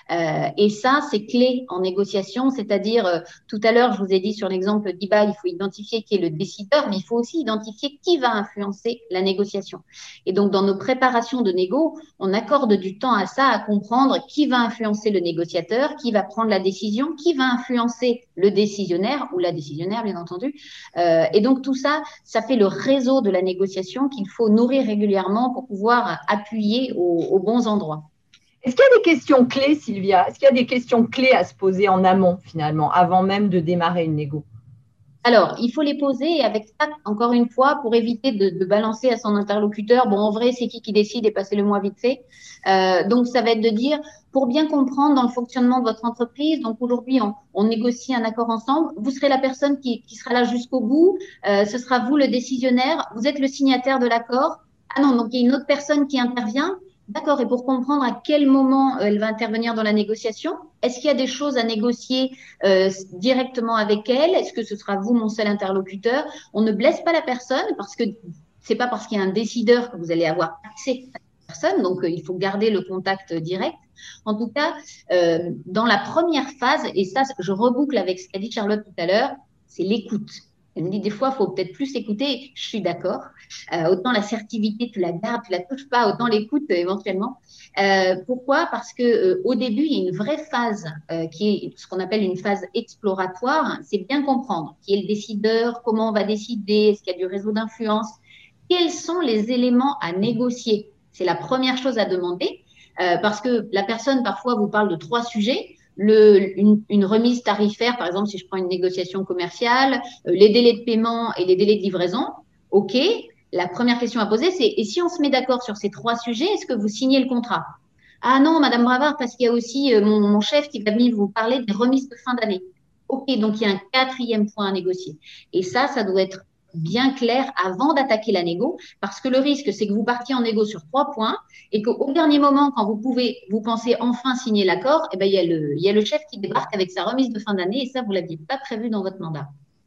Euh, et ça, c'est clé en négociation, c'est-à-dire, euh, tout à l'heure, je vous ai dit sur l'exemple d'I B A, il faut identifier qui est le décideur, mais il faut aussi identifier qui va influencer la négociation. Et donc, dans nos préparations de négo, on accorde du temps à ça, à comprendre qui va influencer le négociateur, qui va prendre la décision, qui va influencer le décisionnaire ou la décisionnaire, bien entendu. Euh, et donc, tout ça, ça fait le réseau de la négociation qu'il faut nourrir régulièrement pour pouvoir appuyer aux, aux bons endroits. Est-ce qu'il y a des questions clés, Sylvia? Est-ce qu'il y a des questions clés à se poser en amont, finalement, avant même de démarrer une négo? Alors, il faut les poser avec ça, encore une fois, pour éviter de, de balancer à son interlocuteur, bon, en vrai, c'est qui qui décide et passer le mois vite fait. Euh, donc, ça va être de dire, pour bien comprendre dans le fonctionnement de votre entreprise, donc aujourd'hui, on, on négocie un accord ensemble, vous serez la personne qui, qui sera là jusqu'au bout, euh, ce sera vous le décisionnaire, vous êtes le signataire de l'accord. Ah non, donc il y a une autre personne qui intervient. D'accord, et pour comprendre à quel moment elle va intervenir dans la négociation, est-ce qu'il y a des choses à négocier euh, directement avec elle? Est-ce que ce sera vous, mon seul interlocuteur? On ne blesse pas la personne parce que c'est pas parce qu'il y a un décideur que vous allez avoir accès à la personne, donc euh, il faut garder le contact direct. En tout cas, euh, dans la première phase, et ça, je reboucle avec ce qu'a dit Charlotte tout à l'heure, c'est l'écoute. Elle me dit des fois, il faut peut-être plus écouter. Je suis d'accord. Euh, autant l'assertivité, tu la gardes, tu la touches pas, autant l'écoute euh, éventuellement. Euh, pourquoi? Parce que euh, au début, il y a une vraie phase euh, qui est ce qu'on appelle une phase exploratoire. C'est bien comprendre qui est le décideur, comment on va décider, est-ce qu'il y a du réseau d'influence, quels sont les éléments à négocier. C'est la première chose à demander euh, parce que la personne parfois vous parle de trois sujets. Le, une, une remise tarifaire, par exemple, si je prends une négociation commerciale, euh, les délais de paiement et les délais de livraison, OK. La première question à poser, c'est et si on se met d'accord sur ces trois sujets, est-ce que vous signez le contrat? Ah non, Madame Bravard, parce qu'il y a aussi euh, mon, mon chef qui va venir vous parler des remises de fin d'année. OK, donc il y a un quatrième point à négocier. Et ça, ça doit être bien clair avant d'attaquer la négo, parce que le risque, c'est que vous partiez en négo sur trois points et qu'au dernier moment, quand vous pouvez, vous pensez enfin signer l'accord, eh ben, il y a le, il y a le chef qui débarque avec sa remise de fin d'année et ça, vous ne l'aviez pas prévu dans votre mandat.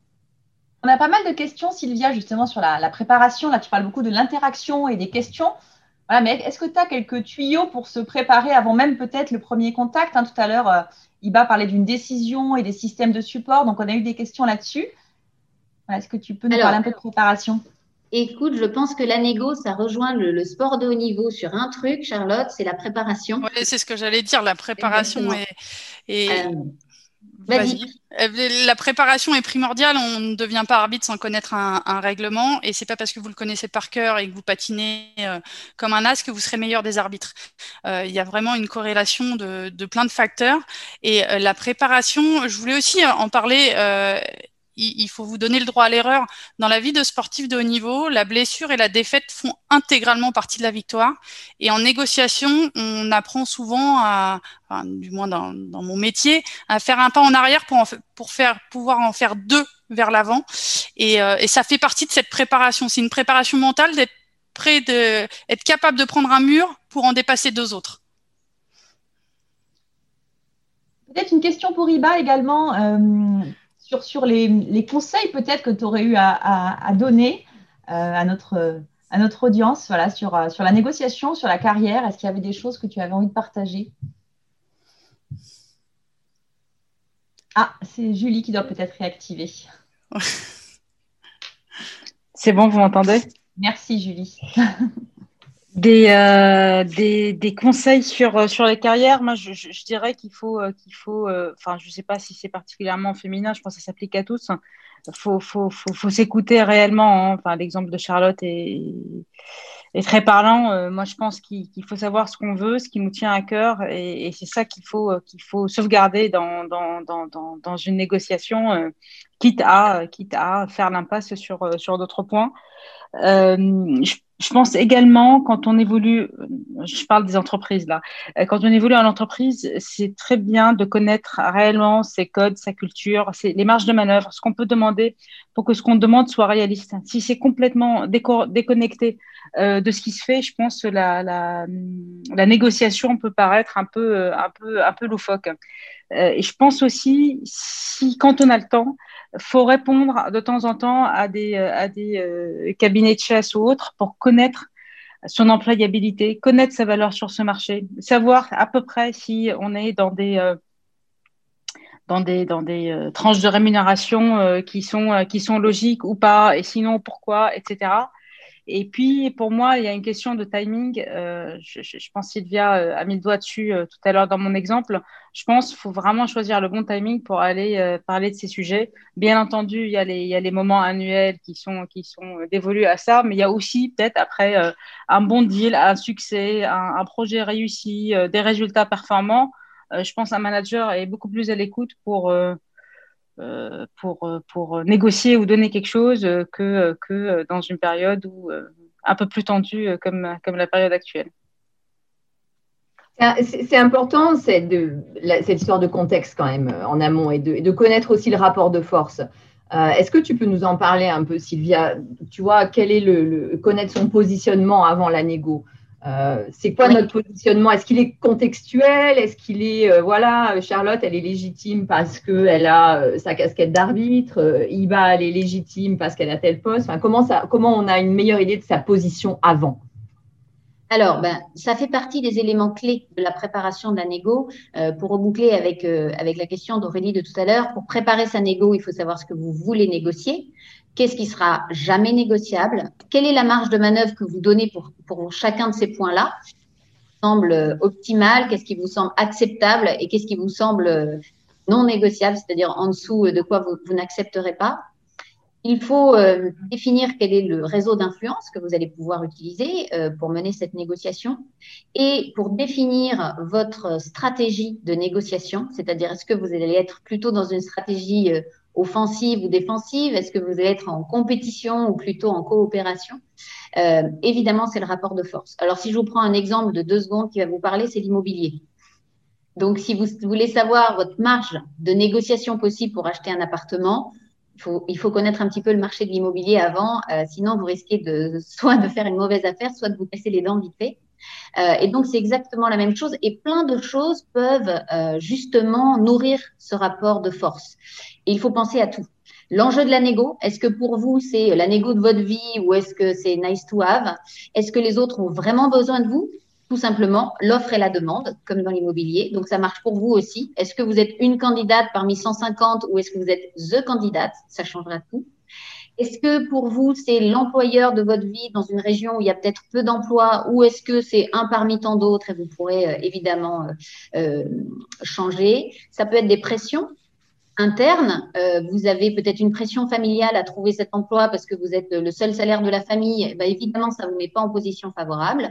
On a pas mal de questions, Sylvia, justement, sur la, la préparation. Là, tu parles beaucoup de l'interaction et des questions. Voilà, mais est-ce que tu as quelques tuyaux pour se préparer avant même peut-être le premier contact, hein? Tout à l'heure, euh, Iba parlait d'une décision et des systèmes de support. Donc, on a eu des questions là-dessus. Est-ce que tu peux nous Alors, parler un peu de préparation? Écoute, je pense que la négo, ça rejoint le, le sport de haut niveau sur un truc, Charlotte, c'est la préparation. Oui, c'est ce que j'allais dire, la préparation est… est... Euh, Vas-y. Vas-y. La préparation est primordiale. On ne devient pas arbitre sans connaître un, un règlement, et c'est pas parce que vous le connaissez par cœur et que vous patinez euh, comme un as que vous serez meilleur des arbitres. Euh, il y a vraiment une corrélation de, de plein de facteurs. Et euh, la préparation, je voulais aussi en parler. Euh, il faut vous donner le droit à l'erreur. Dans la vie de sportif de haut niveau, la blessure et la défaite font intégralement partie de la victoire. Et en négociation, on apprend souvent à, enfin, du moins dans, dans mon métier, à faire un pas en arrière pour, en, pour faire, pouvoir en faire deux vers l'avant. Et, euh, et ça fait partie de cette préparation. C'est une préparation mentale d'être prêt, de, être capable de prendre un mur pour en dépasser deux autres. Peut-être une question pour Iba également. Euh... Sur, sur les, les conseils peut-être que tu aurais eu à, à, à donner euh, à, notre, à notre audience, voilà, sur, sur la négociation, sur la carrière. Est-ce qu'il y avait des choses que tu avais envie de partager? Ah, c'est Julie qui doit peut-être réactiver. C'est bon, vous m'entendez? Merci Julie. Des, euh, des, des conseils sur, sur les carrières, moi je, je, je dirais qu'il faut, euh, qu'il faut euh, enfin je ne sais pas si c'est particulièrement féminin, je pense que ça s'applique à tous, il faut, faut, faut, faut s'écouter réellement, hein. Enfin, l'exemple de Charlotte est, est très parlant. Euh, moi je pense qu'il, qu'il faut savoir ce qu'on veut, ce qui nous tient à cœur, et, et c'est ça qu'il faut, qu'il faut sauvegarder dans, dans, dans, dans, dans une négociation, euh, quitte, à, quitte à faire l'impasse sur, sur d'autres points. Euh, je, je pense également, quand on évolue, je parle des entreprises là, quand on évolue en entreprise, c'est très bien de connaître réellement ses codes, sa culture, ses, les marges de manœuvre, ce qu'on peut demander pour que ce qu'on demande soit réaliste. Si c'est complètement déco- déconnecté euh, de ce qui se fait, je pense que la, la, la négociation peut paraître un peu, un peu, un peu loufoque. Euh, et je pense aussi, si quand on a le temps, faut répondre de temps en temps à des, à des euh, cabinets de chasse ou autres pour connaître son employabilité, connaître sa valeur sur ce marché, savoir à peu près si on est dans des euh, dans des dans des euh, tranches de rémunération euh, qui sont euh, qui sont logiques ou pas, et sinon pourquoi, et cetera. Et puis pour moi, il y a une question de timing. Euh, je, je, je pense Sylvia euh, a mis le doigt dessus euh, tout à l'heure dans mon exemple. Je pense qu'il faut vraiment choisir le bon timing pour aller euh, parler de ces sujets. Bien entendu, il y a les il y a les moments annuels qui sont qui sont dévolus à ça, mais il y a aussi peut-être après euh, un bon deal, un succès, un, un projet réussi, euh, des résultats performants. Euh, je pense qu'un manager est beaucoup plus à l'écoute pour euh, euh, pour pour négocier ou donner quelque chose euh, que que dans une période où euh, un peu plus tendue euh, comme comme la période actuelle. C'est, c'est important c'est de, la, cette histoire de contexte quand même en amont et de, et de connaître aussi le rapport de force. Euh, est-ce que tu peux nous en parler un peu, Sylvia? Tu vois, quel est le, le connaître son positionnement avant la négo? Euh, c'est quoi oui. notre positionnement? Est-ce qu'il est contextuel? Est-ce qu'il est, euh, voilà, Charlotte, elle est légitime parce qu'elle a euh, sa casquette d'arbitre, euh, Iba, elle est légitime parce qu'elle a tel poste. Enfin, comment, ça, comment on a une meilleure idée de sa position avant? Alors, ben, ça fait partie des éléments clés de la préparation de la négo. Euh, pour reboucler avec, euh, avec la question d'Aurélie de tout à l'heure, pour préparer sa négo, il faut savoir ce que vous voulez négocier. Qu'est-ce qui sera jamais négociable? Quelle est la marge de manœuvre que vous donnez pour, pour chacun de ces points-là? Qu'est-ce qui vous semble optimal? Qu'est-ce qui vous semble acceptable? Et qu'est-ce qui vous semble non négociable, c'est-à-dire en dessous de quoi vous, vous n'accepterez pas? Il faut euh, définir quel est le réseau d'influence que vous allez pouvoir utiliser euh, pour mener cette négociation et pour définir votre stratégie de négociation, c'est-à-dire est-ce que vous allez être plutôt dans une stratégie euh, offensive ou défensive, est-ce que vous allez être en compétition ou plutôt en coopération. Euh, évidemment, c'est le rapport de force. Alors, si je vous prends un exemple de deux secondes qui va vous parler, c'est l'immobilier. Donc, si vous voulez savoir votre marge de négociation possible pour acheter un appartement, Il faut, il faut connaître un petit peu le marché de l'immobilier avant, euh, sinon vous risquez de soit de faire une mauvaise affaire, soit de vous casser les dents vite fait. Euh, et donc, c'est exactement la même chose. Et plein de choses peuvent euh, justement nourrir ce rapport de force. Et il faut penser à tout. L'enjeu de la négo, est-ce que pour vous, c'est la négo de votre vie ou est-ce que c'est nice to have? Est-ce que les autres ont vraiment besoin de vous? Tout simplement, l'offre et la demande, comme dans l'immobilier. Donc, ça marche pour vous aussi. Est-ce que vous êtes une candidate parmi cent cinquante ou est-ce que vous êtes the candidate? Ça changera tout. Est-ce que pour vous, c'est l'employeur de votre vie dans une région où il y a peut-être peu d'emplois ou est-ce que c'est un parmi tant d'autres et vous pourrez euh, évidemment euh, euh, changer? Ça peut être des pressions interne, euh, vous avez peut-être une pression familiale à trouver cet emploi parce que vous êtes le seul salaire de la famille, ben évidemment, ça ne vous met pas en position favorable.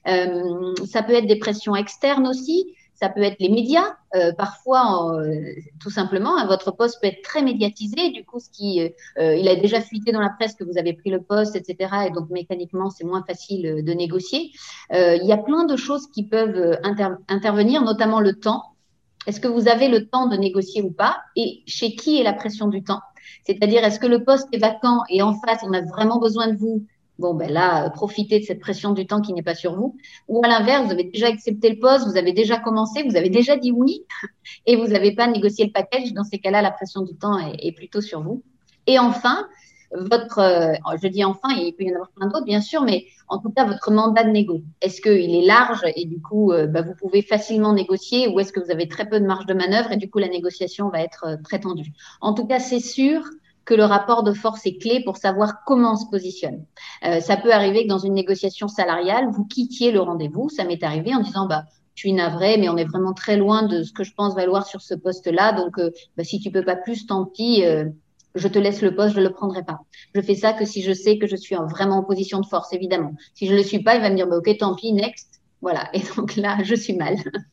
Euh, ça peut être des pressions externes aussi, ça peut être les médias. Euh, parfois, euh, tout simplement, hein, votre poste peut être très médiatisé, du coup, ce qui, euh, il a déjà fuité dans la presse que vous avez pris le poste, et cetera. Et donc, mécaniquement, c'est moins facile de négocier. Euh, il y a plein de choses qui peuvent inter- intervenir, notamment le temps. Est-ce que vous avez le temps de négocier ou pas? Et chez qui est la pression du temps? C'est-à-dire, est-ce que le poste est vacant et en face, on a vraiment besoin de vous? Bon, ben là, profitez de cette pression du temps qui n'est pas sur vous. Ou à l'inverse, vous avez déjà accepté le poste, vous avez déjà commencé, vous avez déjà dit oui et vous n'avez pas négocié le package. Dans ces cas-là, la pression du temps est, est plutôt sur vous. Et enfin, votre, euh, je dis enfin, il peut y en avoir plein d'autres, bien sûr, mais en tout cas, votre mandat de négo. Est-ce qu'il est large et du coup, euh, bah, vous pouvez facilement négocier ou est-ce que vous avez très peu de marge de manœuvre et du coup, la négociation va être euh, très tendue? En tout cas, c'est sûr que le rapport de force est clé pour savoir comment on se positionne. Euh, ça peut arriver que dans une négociation salariale, vous quittiez le rendez-vous. Ça m'est arrivé en disant, bah, je suis navrée, mais on est vraiment très loin de ce que je pense valoir sur ce poste-là. Donc, euh, bah, si tu peux pas plus, tant pis. Euh, je te laisse le poste, je le prendrai pas. Je fais ça que si je sais que je suis vraiment en position de force, évidemment. Si je le suis pas, il va me dire, bah, ok, tant pis, next. Voilà. Et donc là, je suis mal.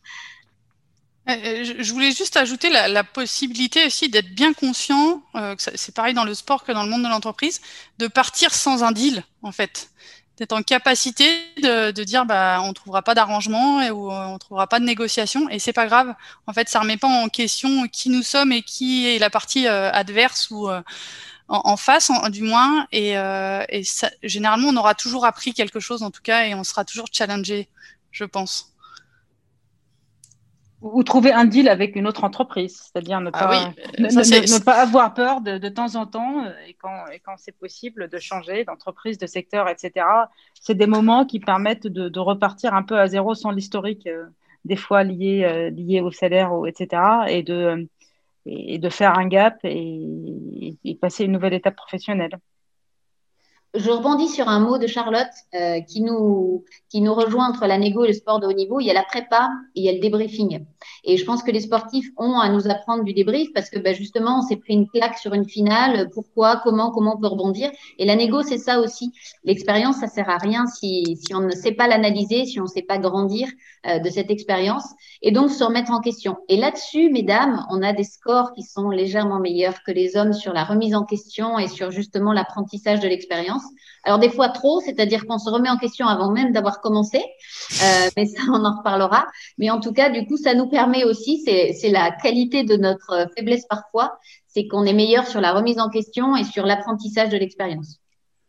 Je voulais juste ajouter la, la possibilité aussi d'être bien conscient, euh, que c'est pareil dans le sport que dans le monde de l'entreprise, de partir sans un deal, en fait. D'être en capacité de, de dire bah on trouvera pas d'arrangement et ou on trouvera pas de négociation et c'est pas grave. En fait, ça remet pas en question qui nous sommes et qui est la partie euh, adverse ou euh, en, en face, en, du moins. Et, euh, et ça, généralement, on aura toujours appris quelque chose en tout cas et on sera toujours challengé, je pense. ou trouver un deal avec une autre entreprise, c'est-à-dire ne pas, ah oui, ne, ça, ne, ne pas avoir peur de, de temps en temps, et quand, et quand c'est possible, de changer d'entreprise, de secteur, et cetera. C'est des moments qui permettent de, de repartir un peu à zéro sans l'historique, euh, des fois lié, euh, lié au salaire, ou, et cetera. Et de, et de faire un gap et, et passer une nouvelle étape professionnelle. Je rebondis sur un mot de Charlotte euh, qui, nous, qui nous rejoint entre la négo et le sport de haut niveau. Il y a la prépa et il y a le débriefing. Et je pense que les sportifs ont à nous apprendre du débrief parce que bah, justement, on s'est pris une claque sur une finale. Pourquoi, comment, comment on peut rebondir. Et la négo, c'est ça aussi. L'expérience, ça sert à rien si, si on ne sait pas l'analyser, si on ne sait pas grandir euh, de cette expérience. Et donc, se remettre en question. Et là-dessus, mesdames, on a des scores qui sont légèrement meilleurs que les hommes sur la remise en question et sur justement l'apprentissage de l'expérience. Alors des fois trop, c'est-à-dire qu'on se remet en question avant même d'avoir commencé, euh, mais ça on en reparlera. Mais en tout cas, du coup, ça nous permet aussi, c'est, c'est la qualité de notre faiblesse parfois, c'est qu'on est meilleur sur la remise en question et sur l'apprentissage de l'expérience.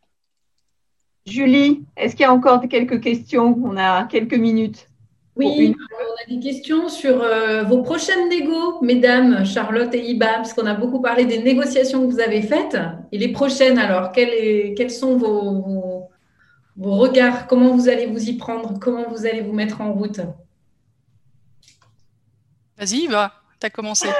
Julie, est-ce qu'il y a encore quelques questions? On a quelques minutes. Oui, on a des questions sur euh, vos prochaines négos, mesdames, Charlotte et Iba, parce qu'on a beaucoup parlé des négociations que vous avez faites. Et les prochaines, alors, quels, est, quels sont vos, vos, vos regards? Comment vous allez vous y prendre? Comment vous allez vous mettre en route? Vas-y, Iba, tu as commencé.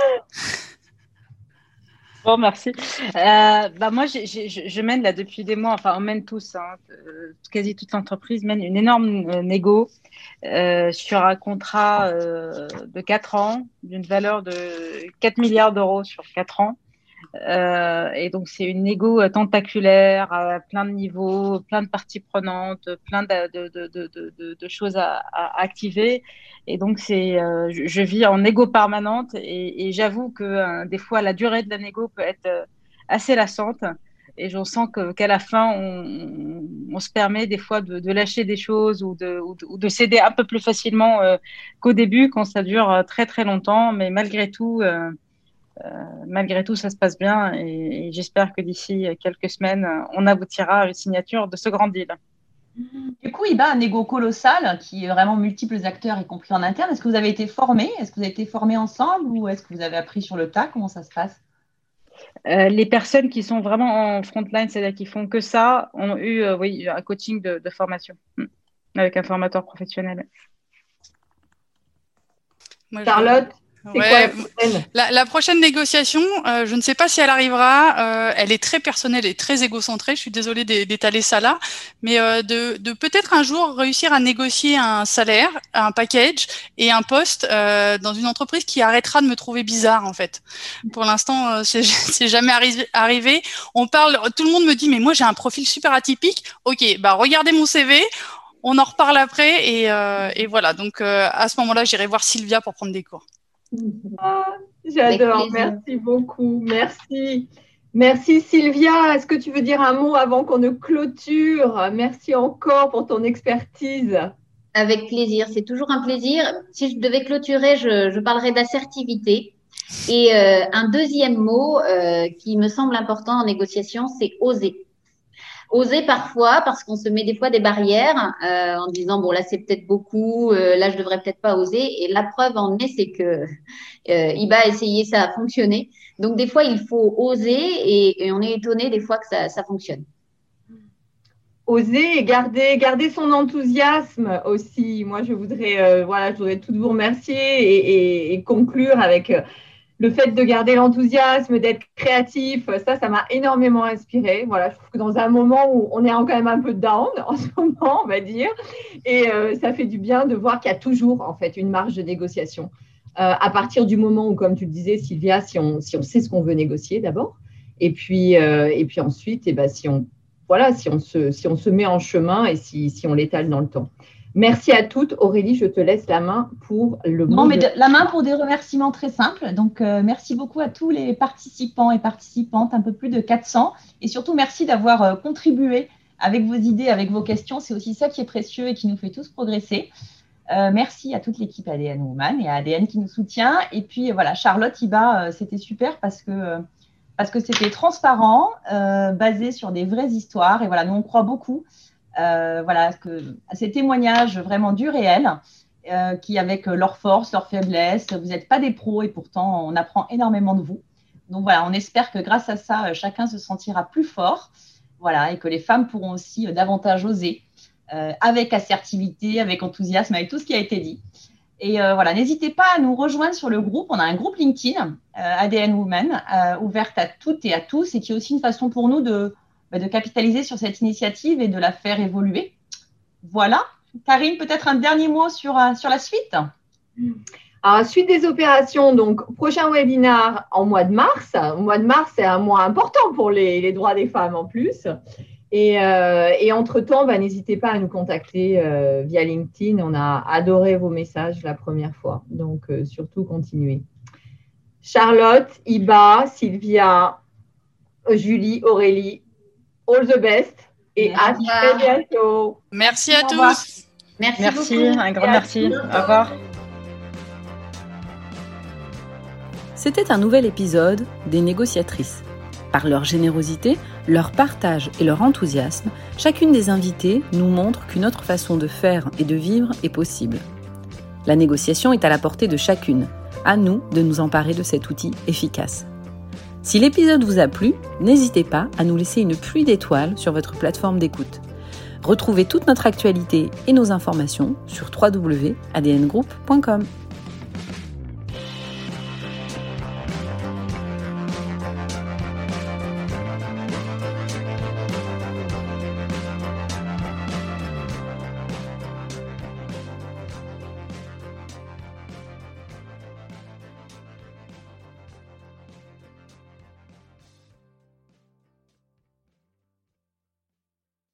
Bon, merci. Euh, bah moi, j'ai, j'ai, je mène là depuis des mois, enfin, on mène tous, hein, euh, quasi toute l'entreprise mène une énorme euh, négo euh, sur un contrat euh, de quatre ans, d'une valeur de quatre milliards d'euros sur quatre ans. Euh, et donc, c'est une négo tentaculaire à plein de niveaux, plein de parties prenantes, plein de, de, de, de, de, de choses à, à activer. Et donc, c'est, euh, je, je vis en négo permanente et, et j'avoue que euh, des fois, la durée de la négo peut être euh, assez lassante. Et je sens que, qu'à la fin, on, on se permet des fois de, de lâcher des choses ou de, ou de, ou de céder un peu plus facilement euh, qu'au début quand ça dure très, très longtemps. Mais malgré tout, euh, Euh, malgré tout, ça se passe bien et, et j'espère que d'ici quelques semaines, on aboutira à une signature de ce grand deal. Du coup, Iba, un égo colossal qui est vraiment multiples acteurs, y compris en interne. Est-ce que vous avez été formés? Est-ce que vous avez été formés ensemble ou est-ce que vous avez appris sur le tas? Comment ça se passe? Euh, les personnes qui sont vraiment en frontline, c'est-à-dire qui font que ça, ont eu euh, oui, un coaching de, de formation avec un formateur professionnel. Moi, Charlotte, c'est ouais, quoi la prochaine la, la prochaine négociation, euh, je ne sais pas si elle arrivera. Euh, elle est très personnelle et très égocentrée. Je suis désolée d'étaler ça là, mais euh, de, de peut-être un jour réussir à négocier un salaire, un package et un poste euh, dans une entreprise qui arrêtera de me trouver bizarre en fait. Pour l'instant, euh, c'est, c'est jamais arri- arrivé. On parle, tout le monde me dit mais moi j'ai un profil super atypique. Ok, bah regardez mon C V. On en reparle après et, euh, et voilà. Donc euh, à ce moment-là, j'irai voir Sylvia pour prendre des cours. Ah, j'adore, merci beaucoup, merci. Merci Sylvia, est-ce que tu veux dire un mot avant qu'on ne clôture? Merci encore pour ton expertise. Avec plaisir, c'est toujours un plaisir. Si je devais clôturer, je, je parlerais d'assertivité. Et euh, un deuxième mot euh, qui me semble important en négociation, c'est oser. Oser parfois parce qu'on se met des fois des barrières euh, en disant bon là c'est peut-être beaucoup, euh, là je devrais peut-être pas oser. Et la preuve en est c'est que euh, Iba a essayé, ça a fonctionné. Donc des fois il faut oser et, et on est étonné des fois que ça, ça fonctionne. Oser et garder, garder son enthousiasme aussi. Moi je voudrais, euh, voilà, je voudrais toutes vous remercier et, et, et conclure avec euh, le fait de garder l'enthousiasme, d'être créatif, ça, ça m'a énormément inspiré. Voilà, je trouve que dans un moment où on est quand même un peu down en ce moment, on va dire, et euh, ça fait du bien de voir qu'il y a toujours en fait une marge de négociation. Euh, à partir du moment où, comme tu le disais, Sylvia, si on, si on sait ce qu'on veut négocier d'abord, et puis, euh, et puis ensuite, et ben, si, on, voilà, si, on se, si on se met en chemin et si, si on l'étale dans le temps. Merci à toutes. Aurélie, je te laisse la main pour le mot. Non, mais de... la main pour des remerciements très simples. Donc, euh, merci beaucoup à tous les participants et participantes, un peu plus de quatre cents. Et surtout, merci d'avoir euh, contribué avec vos idées, avec vos questions. C'est aussi ça qui est précieux et qui nous fait tous progresser. Euh, merci à toute l'équipe A D N Woman et à A D N qui nous soutient. Et puis, voilà, Charlotte, Iba, euh, c'était super parce que, euh, parce que c'était transparent, euh, basé sur des vraies histoires. Et voilà, nous, on croit beaucoup. Euh, voilà, que, à ces témoignages vraiment du réel. euh, qui, avec leurs forces, leurs faiblesses, vous n'êtes pas des pros et pourtant, on apprend énormément de vous. Donc voilà, on espère que grâce à ça, chacun se sentira plus fort. Voilà, et que les femmes pourront aussi davantage oser, euh, avec assertivité, avec enthousiasme, avec tout ce qui a été dit. Et euh, voilà, n'hésitez pas à nous rejoindre sur le groupe. On a un groupe LinkedIn, euh, A D N Women, euh, ouverte à toutes et à tous, et qui est aussi une façon pour nous de, bah, de capitaliser sur cette initiative et de la faire évoluer. Voilà. Karine, peut-être un dernier mot sur, euh, sur la suite. Alors, suite des opérations, donc prochain webinaire en mois de mars. Le mois de mars, c'est un mois important pour les, les droits des femmes en plus. Et, euh, et entre-temps, bah, n'hésitez pas à nous contacter euh, via LinkedIn. On a adoré vos messages la première fois. Donc, euh, surtout, continuez. Charlotte, Iba, Sylvia, Julie, Aurélie, all the best. Et à très bientôt. Merci à tous. Merci, Merci, beaucoup. un grand merci. Au revoir. C'était un nouvel épisode des négociatrices. Par leur générosité, leur partage et leur enthousiasme, chacune des invitées nous montre qu'une autre façon de faire et de vivre est possible. La négociation est à la portée de chacune. À nous de nous emparer de cet outil efficace. Si l'épisode vous a plu, n'hésitez pas à nous laisser une pluie d'étoiles sur votre plateforme d'écoute. Retrouvez toute notre actualité et nos informations sur w w w point a d n group point com.